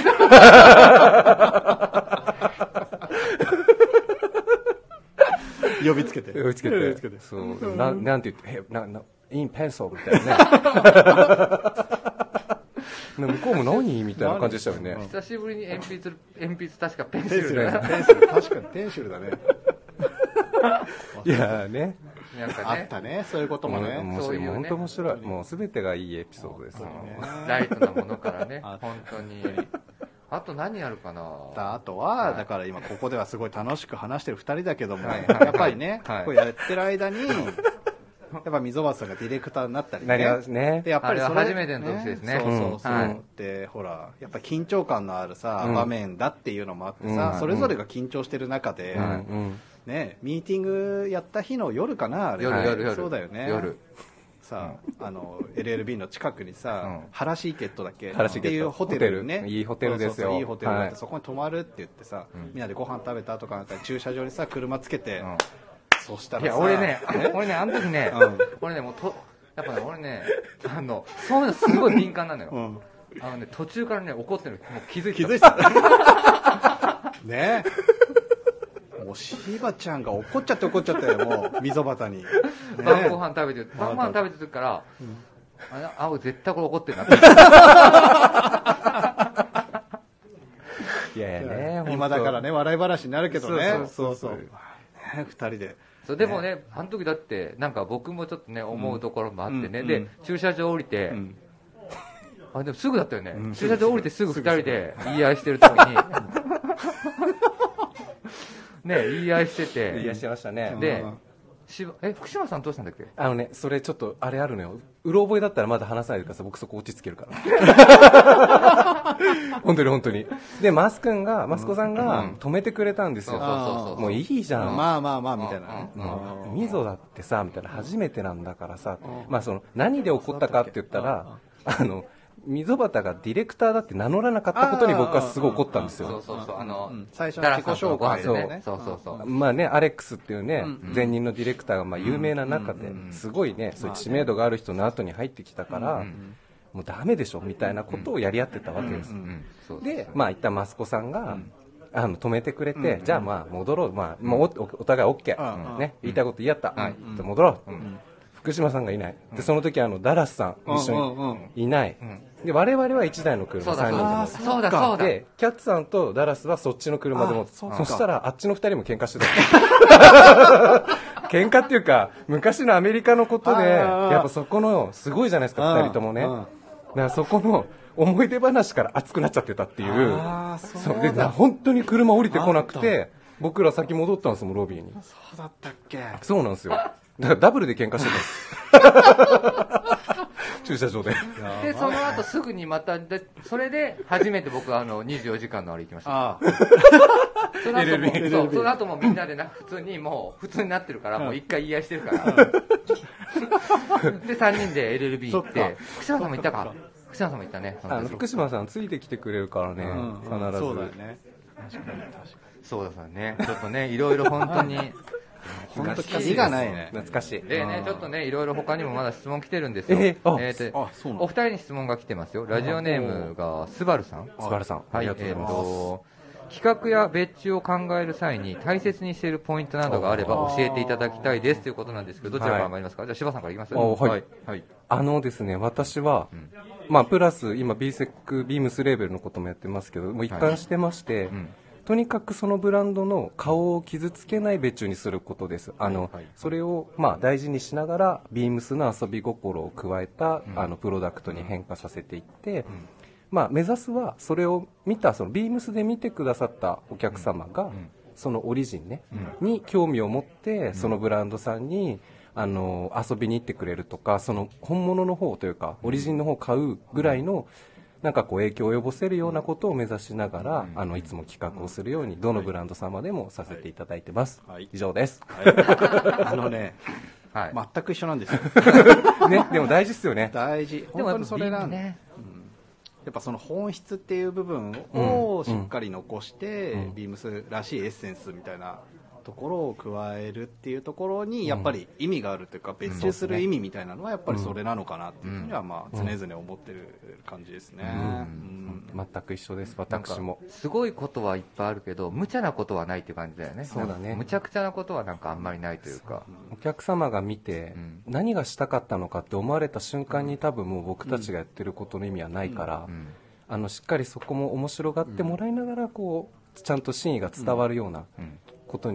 呼びつけて。 呼びつけて。つけてそう。な、なんて言って、へ、な、な、インペンソーみたいなね。向こうも何みたいな感じでしたよね。 久しぶりに鉛筆、鉛筆確かペンシルだね。ペンシル、確かにペンシルだね。 いいやね、 なんかねあったね、そういうこともね。 面白い、 そういうね本当面白い。もうすべてがいいエピソードです。 ライトなものからねあ本当に。あと何あるかな。 あとは、だから今ここではすごい楽しく話してるふたりだけども、 はいやっぱりね、 はいこうやってる間に、やっぱ溝端さんがディレクターになったりね。 なりますねで、やっぱりそれあれは初めての時ですねそうそうそう。 はいで、ほら、やっぱ緊張感のあるさ、 うん場面だっていうのもあってうさ、 んそれぞれが緊張してる中で、 うんうんね、ミーティングやった日の夜かな、あれ夜夜夜そうだよね。 夜さあ、あの エルエルビー の近くにさ、 うんハラシーケットだっけハラシーケットっていうホテルね、 ホテルいいホテルですよそうそうそういいホテルがあって、 はいそこに泊まるって言ってさ、 うんみんなでご飯食べたとかなんか駐車場にさ車つけて、 うんそしたらさいや俺ね俺ねあの時ね、 うん俺ねもうとやっぱね俺ねあのそういうのすごい敏感なのよ、 うんあのね途中からね怒ってるのもう気づいてた気づいてたねもう柴ちゃんが怒っちゃって怒っちゃったよもう溝端に、ね、 晩ご飯食べてる晩ご飯食べてる時から、あれあ絶対これ怒ってるなっていやいやね、 今だからね笑い話になるけどねそうそうそうね二人でそうでもねあの時だってなんか僕もちょっとね思うところもあってね、で、 うんうん駐車場降りて、 うんあでもすぐだったよね、 うん駐車場降りてすぐふたりで言い合いしてる時にね言い合いしてていらっしゃいましたね。 でうんしばえ福島さんどうしたんだっけ。 あのね、それちょっとあれあるのよ。うろ覚えだったらまだ話さないでください。僕そこ落ち着けるから。本当に本当に。で、マス君が、マスコさんが止めてくれたんですよ。 そうそうそうそうもういいじゃん。 まあまあまあみたいなねうんみぞだってさ、みたいな、初めてなんだからさ、まあその、何で怒ったかって言ったら、あの、溝端がディレクターだって名乗らなかったことに僕はすごい怒ったんですそうよ。 そうそうあの、 うん最初のダラ自己さんとのご飯紹介でねでねそうそうそう、 まあね、アレックスっていうね、 うん前任のディレクターがまあ有名な中で、すごいね、そういう知名度がある人の後に入ってきたから、もうダメでしょ、みたいなことをやり合ってたわけです。 うんそうで、まあ、一旦マスコさんが、あの止めてくれて、じゃあまあ戻ろう、まあ、もうおおお互い OK、 うんね、言いたいこと言い合った、 はいじゃあ戻ろう、福島さんがいない、でその時あのダラスさん一緒うんうんうんにいない、で我々はいちだいの車そうださんにんで乗あーってそうだそうだでキャッツさんとダラスはそっちの車で乗ってあそっかそしたらあっちのふたりも喧嘩してた喧嘩っていうか昔のアメリカのことであーやっぱそこのすごいじゃないですかふたりともね、 うんだからそこの思い出話から熱くなっちゃってたっていうあーそうだそうでな本当に車降りてこなくて僕ら先戻ったんですもんロビーにそうだったっけそうなんですよだからダブルで喧嘩してたんです駐車場ででその後すぐにまたでそれで初めて僕はあのにじゅうよじかんのあれ行きましたああその後もエルエルビーそうその後もみんなでな普通にもう普通になってるからもう一回言い合いしてるからでさんにんで エルエルビー 行っそてっか福島さんも行ったか福島さんも行ったねその時あの福島さんついてきてくれるからね、 うん必ずそうだよね確かに確かそうだそうだねちょっとねいろいろ本当に本当キリがないね懐かしいでねちょっとねいろいろ他にもまだ質問来てるんですよえーあーとあそうなのお二人に質問が来てますよラジオネームがスバルさんスバルさん、あはい、 りがとうございます、 えーと企画や別注を考える際に大切にしているポイントなどがあれば教えていただきたいですということなんですけどどちらから参りますか、じゃあ柴さんからいきますあはいはい、はいあのですね、私は、まあ、プラス、今、ビーセック、ビームスレーベルのこともやってますけど、もう一貫してまして、 んとにかくそのブランドの顔を傷つけない別注にすることです。あの、 はいそれを、まあ、大事にしながら、ビームスの遊び心を加えた、あの、プロダクトに変化させていって、まあ、目指すは、それを見た、その、ビームスで見てくださったお客様が、そのオリジンね、に興味を持って、そのブランドさんに、あの遊びに行ってくれるとかその本物の方というかオリジンの方を買うぐらいのなんかこう影響を及ぼせるようなことを目指しながら、あのいつも企画をするようにどのブランド様でもさせていただいてます、 はい以上です、 あのねはい全く一緒なんですよね、でも大事っすよね大事でも本当にそれなんだねやっぱその本質っていう部分をしっかり残して、 うんビームスらしいエッセンスみたいなところを加えるっていうところにやっぱり意味があるというか、別注する意味みたいなのはやっぱりそれなのかなっていうふうにはまあ常々思ってる感じですね、うん全く一緒ですなんか私もすごいことはいっぱいあるけど無茶なことはないっていう感じだよねそうだねむちゃくちゃなことはなんかあんまりないというかお客様が見てうん何がしたかったのかって思われた瞬間に多分もう僕たちがやってることの意味はないから、 うんあのしっかりそこも面白がってもらいながらこうちゃんと真意が伝わるようなうんことに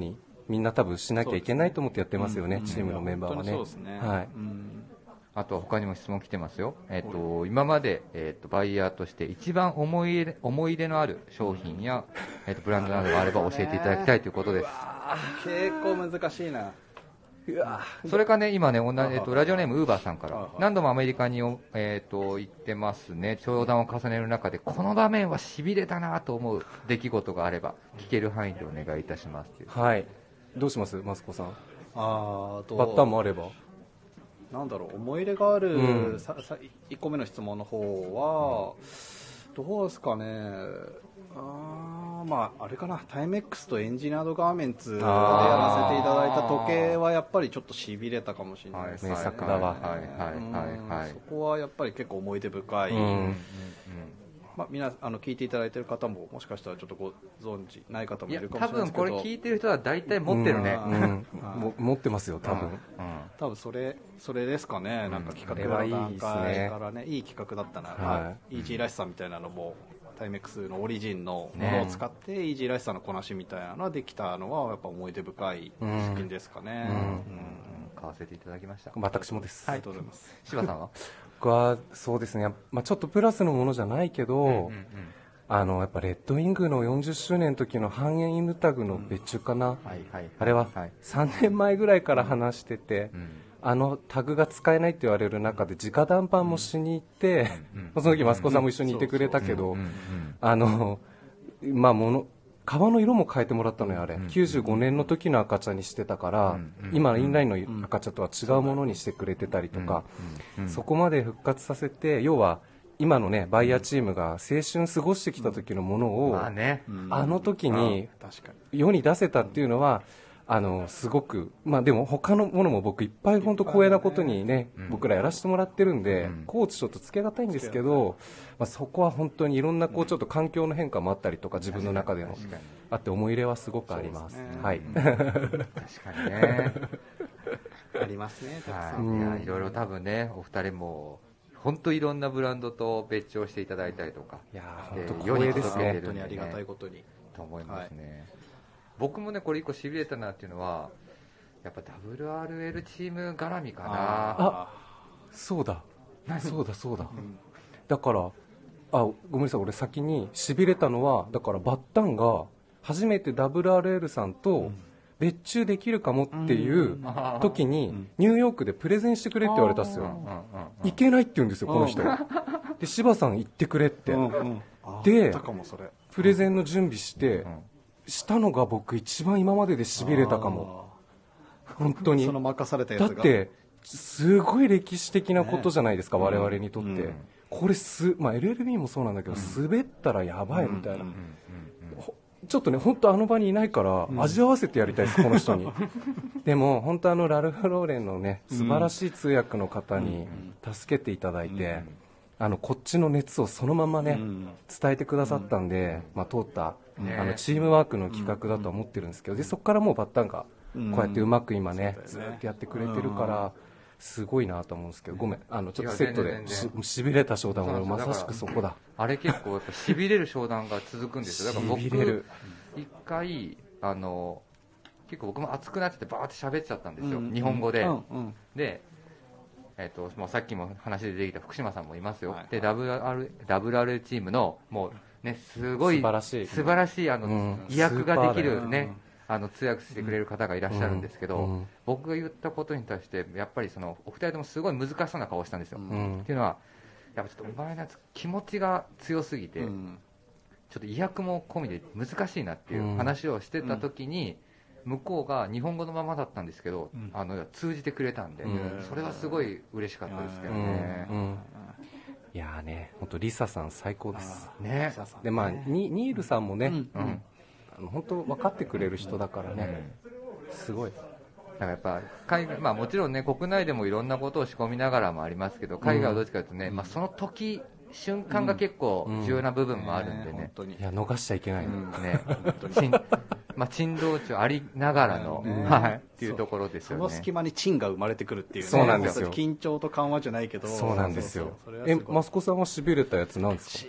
みんな多分しなきゃいけないと思ってやってますよね、チームのメンバーはね。 そうですね。 はい。 あと他にも質問来てますよ。えっと今までえっとバイヤーとして一番思い入れ思い入れのある商品やえっとブランドなどがあれば教えていただきたいということです。 結構難しいな。 うわそれかね、今ね、同じえっとラジオネームウーバーさんから何度もアメリカにえっと行ってますね。商談を重ねる中でこの場面はしびれたなと思う出来事があれば聞ける範囲でお願いいたしますという。 はい。どうします、マスコさん。 あーとバッターもあれば。 なんだろう、思い入れがある、 うん、 ささいっこめの質問の方は、どうですかね、あー、まあ、あれかな、タイメックスとエンジニアードガーメンツでやらせていただいた時計はやっぱりちょっとしびれたかもしれないですね。 名作だわ。 はいはいはいはい。 そこはやっぱり結構思い出深い。 うん、 まあ、みんなあの聞いていただいている方ももしかしたらちょっとご存知ない方もいるかも多しれないですけど、 分これ聞いてる人は大体持ってるね、 うんうんも持ってますよ多分、 うん多分それそれですかね、なんか企画の段階からね、いい企画だったな、 はい、 イージーらしさみたいなのもタイメックスのオリジンのものを使って、ね、イージーらしさのこなしみたいなのができたのはやっぱ思い出深い作品ですかね。うんうん、 買わせていただきました。 私もです。 ありがとうございます。 柴さんは？ 僕はそうですね、まあ、ちょっとプラスのものじゃないけど、うんうんうん、あのやっぱレッドウィングのよんじゅっしゅうねんの時の半円犬タグの別注かな、うんはいはい、あれはさんねんまえぐらいから話してて、うん、あのタグが使えないって言われる中で直談判もしに行って、うんうん、その時マスコさんも一緒にいてくれたけど、あのまあもの革の色も変えてもらったのよあれ、うん、きゅうじゅうごねんの時の赤茶にしてたから、うん、今のインラインの赤茶とは違うものにしてくれてたりとか、うんうん、そこまで復活させて、要は今のねバイヤーチームが青春過ごしてきた時のものを、 まあね、 あの時に世に出せたっていうのはあのすごく、まあでも他のものも僕いっぱい本当光栄なことにね、うん、僕らやらせてもらってるんで、うん、コーチちょっとつけがたいんですけど、まあ、そこは本当にいろんなこうちょっと環境の変化もあったりとか自分の中でのあって思い入れはすごくあります。はい。 確かにね。 ありますね。たくさん。 はい、いやいろいろ多分ねお二人も本当いろんなブランドと別注していただいたりとか、 いや本当光栄ですね。 本当にありがたいことにと思いますね。はい、僕もねこれ一個しびれたなっていうのはやっぱ ダブリューアールエル チーム絡みかな。 あ、そうだそうだそうだ、うん、だからあごめんなさい、俺先にしびれたのはだからバッタンが初めて ダブリューアールエル さんと別注できるかもっていう時にニューヨークでプレゼンしてくれって言われたんですよ。行けないって言うんですよこの人で柴さん行ってくれって、うんうん、でプレゼンの準備してしたのが僕一番今まででしびれたかも。本当にその任されたやつがだってすごい歴史的なことじゃないですか、ね、我々にとって、うん、これす、まあ、エルエルビー もそうなんだけど、うん、滑ったらやばいみたいな、うん、ちょっとね本当あの場にいないから味合わせてやりたいです、この人にでも本当あのラルフ・ローレンのね素晴らしい通訳の方に助けていただいて、あのこっちの熱をそのままね伝えてくださったんで、まあ、通ったあのチームワークの企画だと思ってるんですけど、でそこからもうバッタンがこうやってうまく今ねずっとやってくれてるからすごいなと思うんですけど、ごめんあのちょっとセットで し, しびれた商談はまさしくそこだ。 あれ結構やっぱしびれる商談が続くんですよ。だから僕一回あの結構僕も熱くなっちゃってバーって喋っちゃったんですよ、うん、日本語で、うんうん、で、えー、ともうさっきも話で出てきた福島さんもいますよ、はいはい、で ダブリューアール ダブリューアール チームのもうねすごい素晴らしい素晴らしいあの、うん、意訳ができるね、あの通訳してくれる方がいらっしゃるんですけど、うんうん、僕が言ったことに対してやっぱりそのお二人ともすごい難しそうな顔をしたんですよ、うん、っていうのはやっぱちょっとお前のやつ気持ちが強すぎて、うん、ちょっと意訳も込みで難しいなっていう話をしてた時に、うん、向こうが日本語のままだったんですけど、うん、あの通じてくれたんで、うん、それはすごい嬉しかったですけどね、うんうん、 いやーね本当リサさん最高ですね。 でまあニニールさんもね、うんうん本当分かってくれる人だからね、すごい。だからやっぱ海外、まあ、もちろんね国内でもいろんなことを仕込みながらもありますけど、海外はどっちかというとね、うんまあ、その時瞬間が結構重要な部分もあるんでね、 うんうん、いや逃しちゃいけない、うん、 ね珍まあ、珍道中ありながらの、ねはい、っていうところですよね。 その隙間に珍が生まれてくるっていう、ね、 そうなんですよ。 緊張と緩和じゃないけど。 そうなんですよ。えマスコさんはしびれたやつなんですか？ しびれ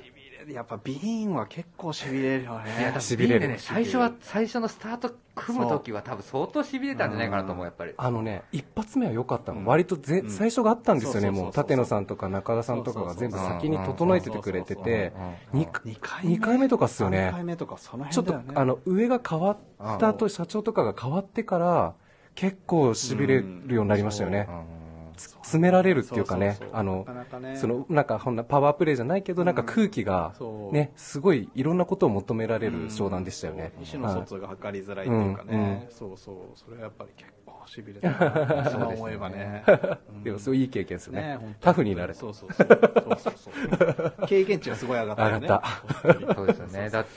やっぱビーンは結構しびれるよね。 いや、多分ビーンでね、最初は、最初のスタート組むときは多分相当しびれたんじゃないかなと思う、やっぱり。 あのね、一発目は良かったの。 うん、 割とぜ、うん、最初があったんですよね、もう。立野さんとか中田さんとかが全部先に整えててくれてて、にかいめとかっすよね。 にかいめとかその辺だよね。ちょっと、あの、上が変わった後、社長とかが変わってから、結構しびれるようになりましたよね。詰められるっていうかね、あの、その、なんか、ほんなパワープレイじゃないけど、なんか空気が、ね、すごいいろんなことを求められる商談でしたよね。 意思の疎通が図りづらいっていうかね、そうそう、それはやっぱり結構しびれたな、そう思えばね。 でも、そういい経験ですよね。タフになれた。 そうそうそう。そうそう経験値がすごい上がったよね。 上がった。 そうですよね。だって、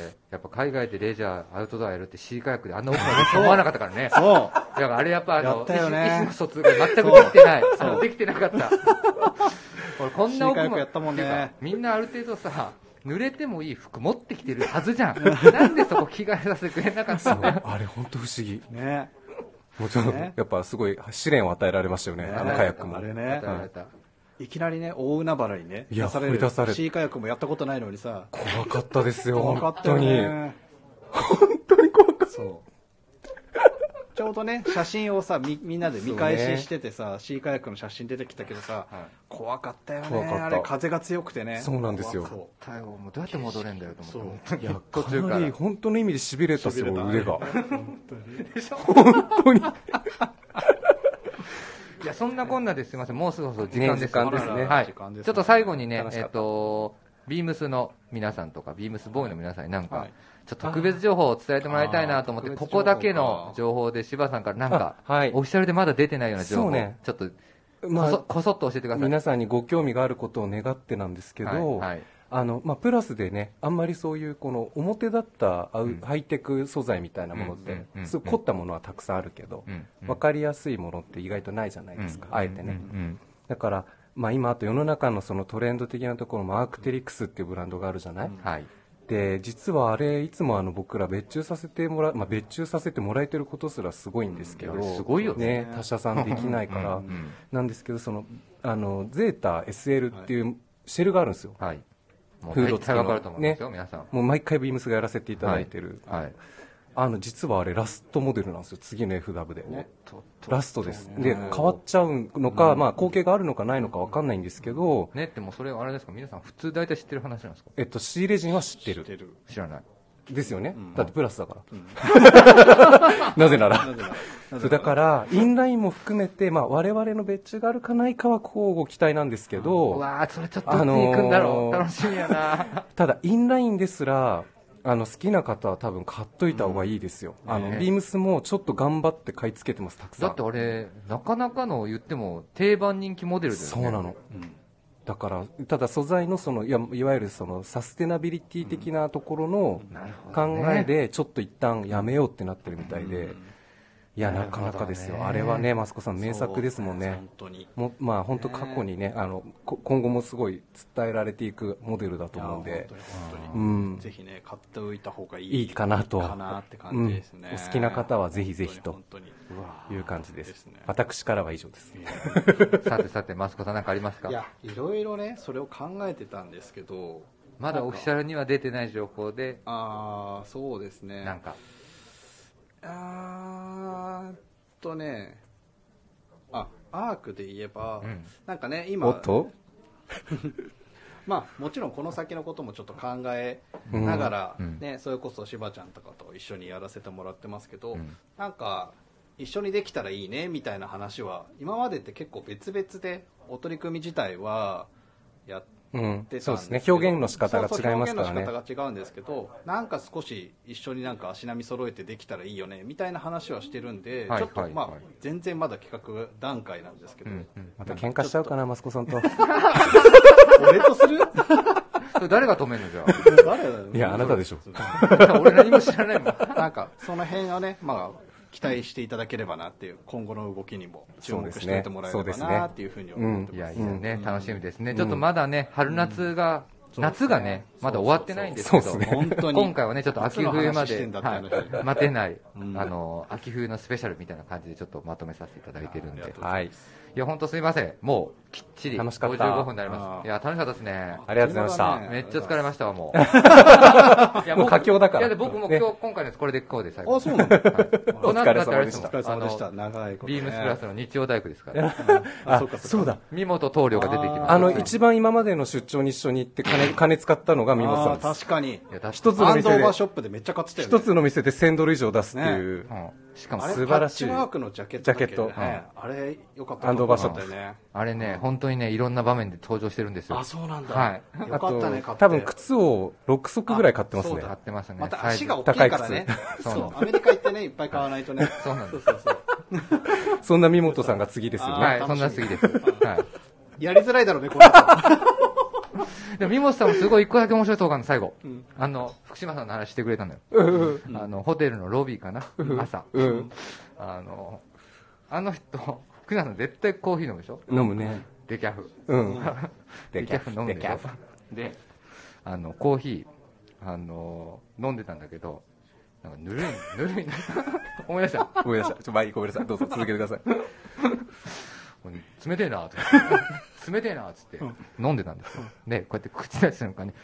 やっぱ海外でレジャー、アウトドアやるってシーカヤックであんな大きなと思わなかったからね。 そう。 だからあれやっぱあの、意思の疎通が全くできてない。できてなかった。俺こんな奥もやったもんね。 みんなある程度さ、濡れてもいい服持ってきてるはずじゃん。なんでそこ着替えさせてくれなかったの？ あれ本当不思議。 ね。 もちろん、やっぱすごい試練を与えられましたよね、あのカヤックも。 あれね。いきなりね、大海原にね、 出される。シーカヤックもやったことないのにさ。 怖かったですよ、本当に。本当に怖かった。そう。ちょうどね、写真をさ、み、みんなで見返ししててさ、ね、シーカヤックの写真出てきたけどさ、はい、怖かったよね。怖かった。あれ風が強くてね。 そうなんですよ。 そう。もうどうやって戻れんだよと思って。 いや、かなり本当の意味で痺れたっすよ、腕が。 本当に。でしょ？ 本当に。 いや、そんなこんなですいません。もうすぐそろ時間です。 ね、時間ですね。 はい。ちょっと最後にね、えっと、ビームスの皆さんとか、ビームスボーイの皆さんになんか、はい、ちょっと特別情報を伝えてもらいたいなと思って、ここだけの情報で柴さんからなんか、はい、オフィシャルでまだ出てないような情報を、ね、ちょっとこそ、こそっと教えてください。 皆さんにご興味があることを願ってなんですけど、はいはい、あのまあ、プラスでね、あんまりそういうこの表だった、うん、ハイテク素材みたいなものって、うん、すごい凝ったものはたくさんあるけど、うん、分かりやすいものって意外とないじゃないですか、うん、あえてね。うん、だからまあ、今あと世の中のそのトレンド的なところもアークテリクスっていうブランドがあるじゃない、はい、で実はあれいつもあの僕ら別注させてもら、まあ、別注させてもらえてることすらすごいんですけど、 すごいよね、 他社さんできないからなんですけど、そのあのゼータ エスエル っていうシェルがあるんですよ、はい、フード付きのね、もう毎回ビームスがやらせていただいてる、はいはい、あの実はあれラストモデルなんですよ、次の エフダブリュー で、ね、ラストです。で変わっちゃうのか、うん、まあ後継があるのかないのか分かんないんですけど、 ね、でもそれはあれですか、皆さん普通大体知ってる話なんですか？ えっと仕入れ人は知ってる。 知ってる。知らないですよね、うん、だってプラスだから、うん、なぜならだからインラインも含めて、まあ、我々の別注があるかないかは交互期待なんですけど、 うわーそれちょっとどっちに行くんだろう、あのー、楽しみやなただインラインですらあの好きな方は多分買っといた方がいいですよ、うん、あのビームスもちょっと頑張って買い付けてます、たくさん。 だってあれなかなかの言っても定番人気モデルですよね。 そうなの、うん、だからただ素材のそのいやいわゆるそのサステナビリティ的なところの考えでちょっと一旦やめようってなってるみたいで、いやなかなかですよ、あれはね、マスコさん名作ですもんね。本当にも、まあ、本当過去にね、あの今後もすごい伝えられていくモデルだと思うんで、 うん、ぜひね買っておいた方がいいいいかなとかなって感じですね、 うん、お好きな方はぜひぜひという感じです。ですね、私からは以上です。 さてさてマスコさん何かありますか？ いやいろいろねそれを考えてたんですけど、 まだオフィシャルには出てない情報で、 ああそうですね、 なんかあーっとねあアークで言えば、うん、なんかね今おっとまあもちろんこの先のこともちょっと考えながら、うんね、それこそしばちゃんとかと一緒にやらせてもらってますけど、うん、なんか一緒にできたらいいねみたいな話は今までって結構別々でお取り組み自体はやってうん、そうですね、表現の仕方が違いますからね。 表現の仕方が違うんですけど、なんか少し一緒になんか足並み揃えてできたらいいよねみたいな話はしてるんで、はい、ちょっと、はい、まあ全然まだ企画段階なんですけど、うんうん、また喧嘩しちゃうかなマスコさんと俺とするそれ誰が止めるのじゃあ誰だよいやあなたでしょ俺何も知らないもんなんかその辺はね、まあ期待していただければなっていう、今後の動きにも注目しておいてもらえればなっていうふうに思ってます。 いやいやね、楽しみですね、うん、ちょっとまだね春夏が夏がね、まだ終わってないんですけど、 そうですね本当に今回はね、ちょっと秋冬まで、 夏の話してんだってはい話待てない、 うんあの、秋冬のスペシャルみたいな感じでちょっとまとめさせていただいてるんで。 ありがとうござはいい。 いや、本当すみません。もう、きっちり、 楽しかったごじゅうごふんになりまあーす。いや、楽しかったですね。 ありがとうございました。 ねめっちゃ疲れましたわ、もう。いやもう佳境だからいや、で僕もね今日、今回のやつこれでこうで最後。 あ、そうなんだ。 はいこの後だってあれですもんお疲れ様でした。 あの長いことね。 ビームスプラスの日曜大工ですから。 あ、そうか、 そうだ。 三本棟梁が出てきます。 あの、 はい一番今までの出張に一緒に行って金、金使ったのがミモさんあーです。 確かに。 いやだって一つの店でアンドオーバー、ショップでめっちゃ買ってたよね。 一つの店でせんドル以上出すっていう。 うんしかもあれ素晴らしいパッチワークのジャケットだっけ。 ジャケットねあれ、よかった。 アンドオーバーショップよかったよね。 あれね、本当にね、いろんな場面で登場してるんですよ。 あ、そうなんだ。 はい。 よかったね、買って。 多分靴をろく足ぐらい買ってますねあそうだ。 買ってますね。 またサイズ足が大きいからね。 そうそう。アメリカ行ってね、いっぱい買わないとね。 そうなんです。 そうそう。 そんな三本さんが次ですよね。 はい、 楽しみそんな次です。はい。 やりづらいだろうね、この後。 でも、三本さんもすごい一個だけ面白い動画の最後ん。 あの、福島さんの話してくれたのよ。 うんあの、ホテルのロビーかな朝。 うん。 あの、あの人、福島さん絶対コーヒー飲むでしょ飲むね。 デキャフ。 うん。 デキャフ飲むでしょデキャフ。 で、あの、コーヒー、あの、飲んでたんだけど、なんかぬるい、ぬるいな。思い出した。 ごめんなさい。ちょっと前ごめんなさい。どうぞ続けてください。 冷てえなと思って冷てえなっつって飲んでたんですよ。で、こうやって口出したのかね、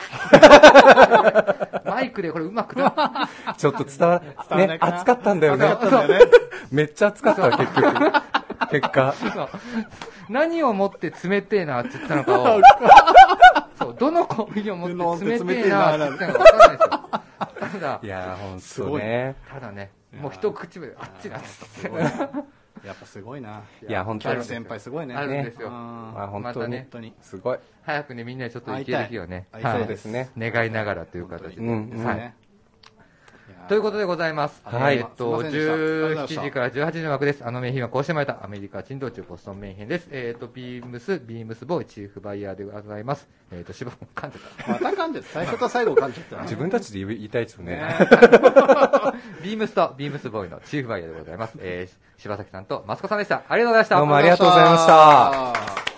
マイクでこれうまくなちょっと伝わら、ね、 伝わらないかな熱かったんだよね。 熱かったんだよねめっちゃ熱かったわ、結局。結果。 そう何をもって冷てえなって言ったのかを、そうどのコーヒーをもって冷てえなって言ったのか分かんないですよ。ただい、やー、ほんすごいとね。 ただね、もう一口目であっちだっつって。 やっぱすごいな。 いや、ほんとにキャル。先輩すごいね。 あるんですよ。 うんまあ、本当にまたね本当に。 すごい。 早くね、みんなでちょっと行ける日をね、 会いたいはいそうですね。 願いながらという形で。 うんうんはいねということでございます。 はいえーっと、 すいませんでしたじゅうしちじからじゅうはちじの枠です。あの名品はこうして生まれたアメリカ珍道中ボストンメイン編です。えーっと、ビームス、ビームスボーイチーフバイヤーでございます。えーっと、芝も噛んでた。 また噛んでた。最初と最後噛んじゃったよね。 自分たちで言いたいですよね。 ビームスとビームスボーイのチーフバイヤーでございます。えー、柴崎さんとマスコさんでした。ありがとうございました。 どうもありがとうございました。 あー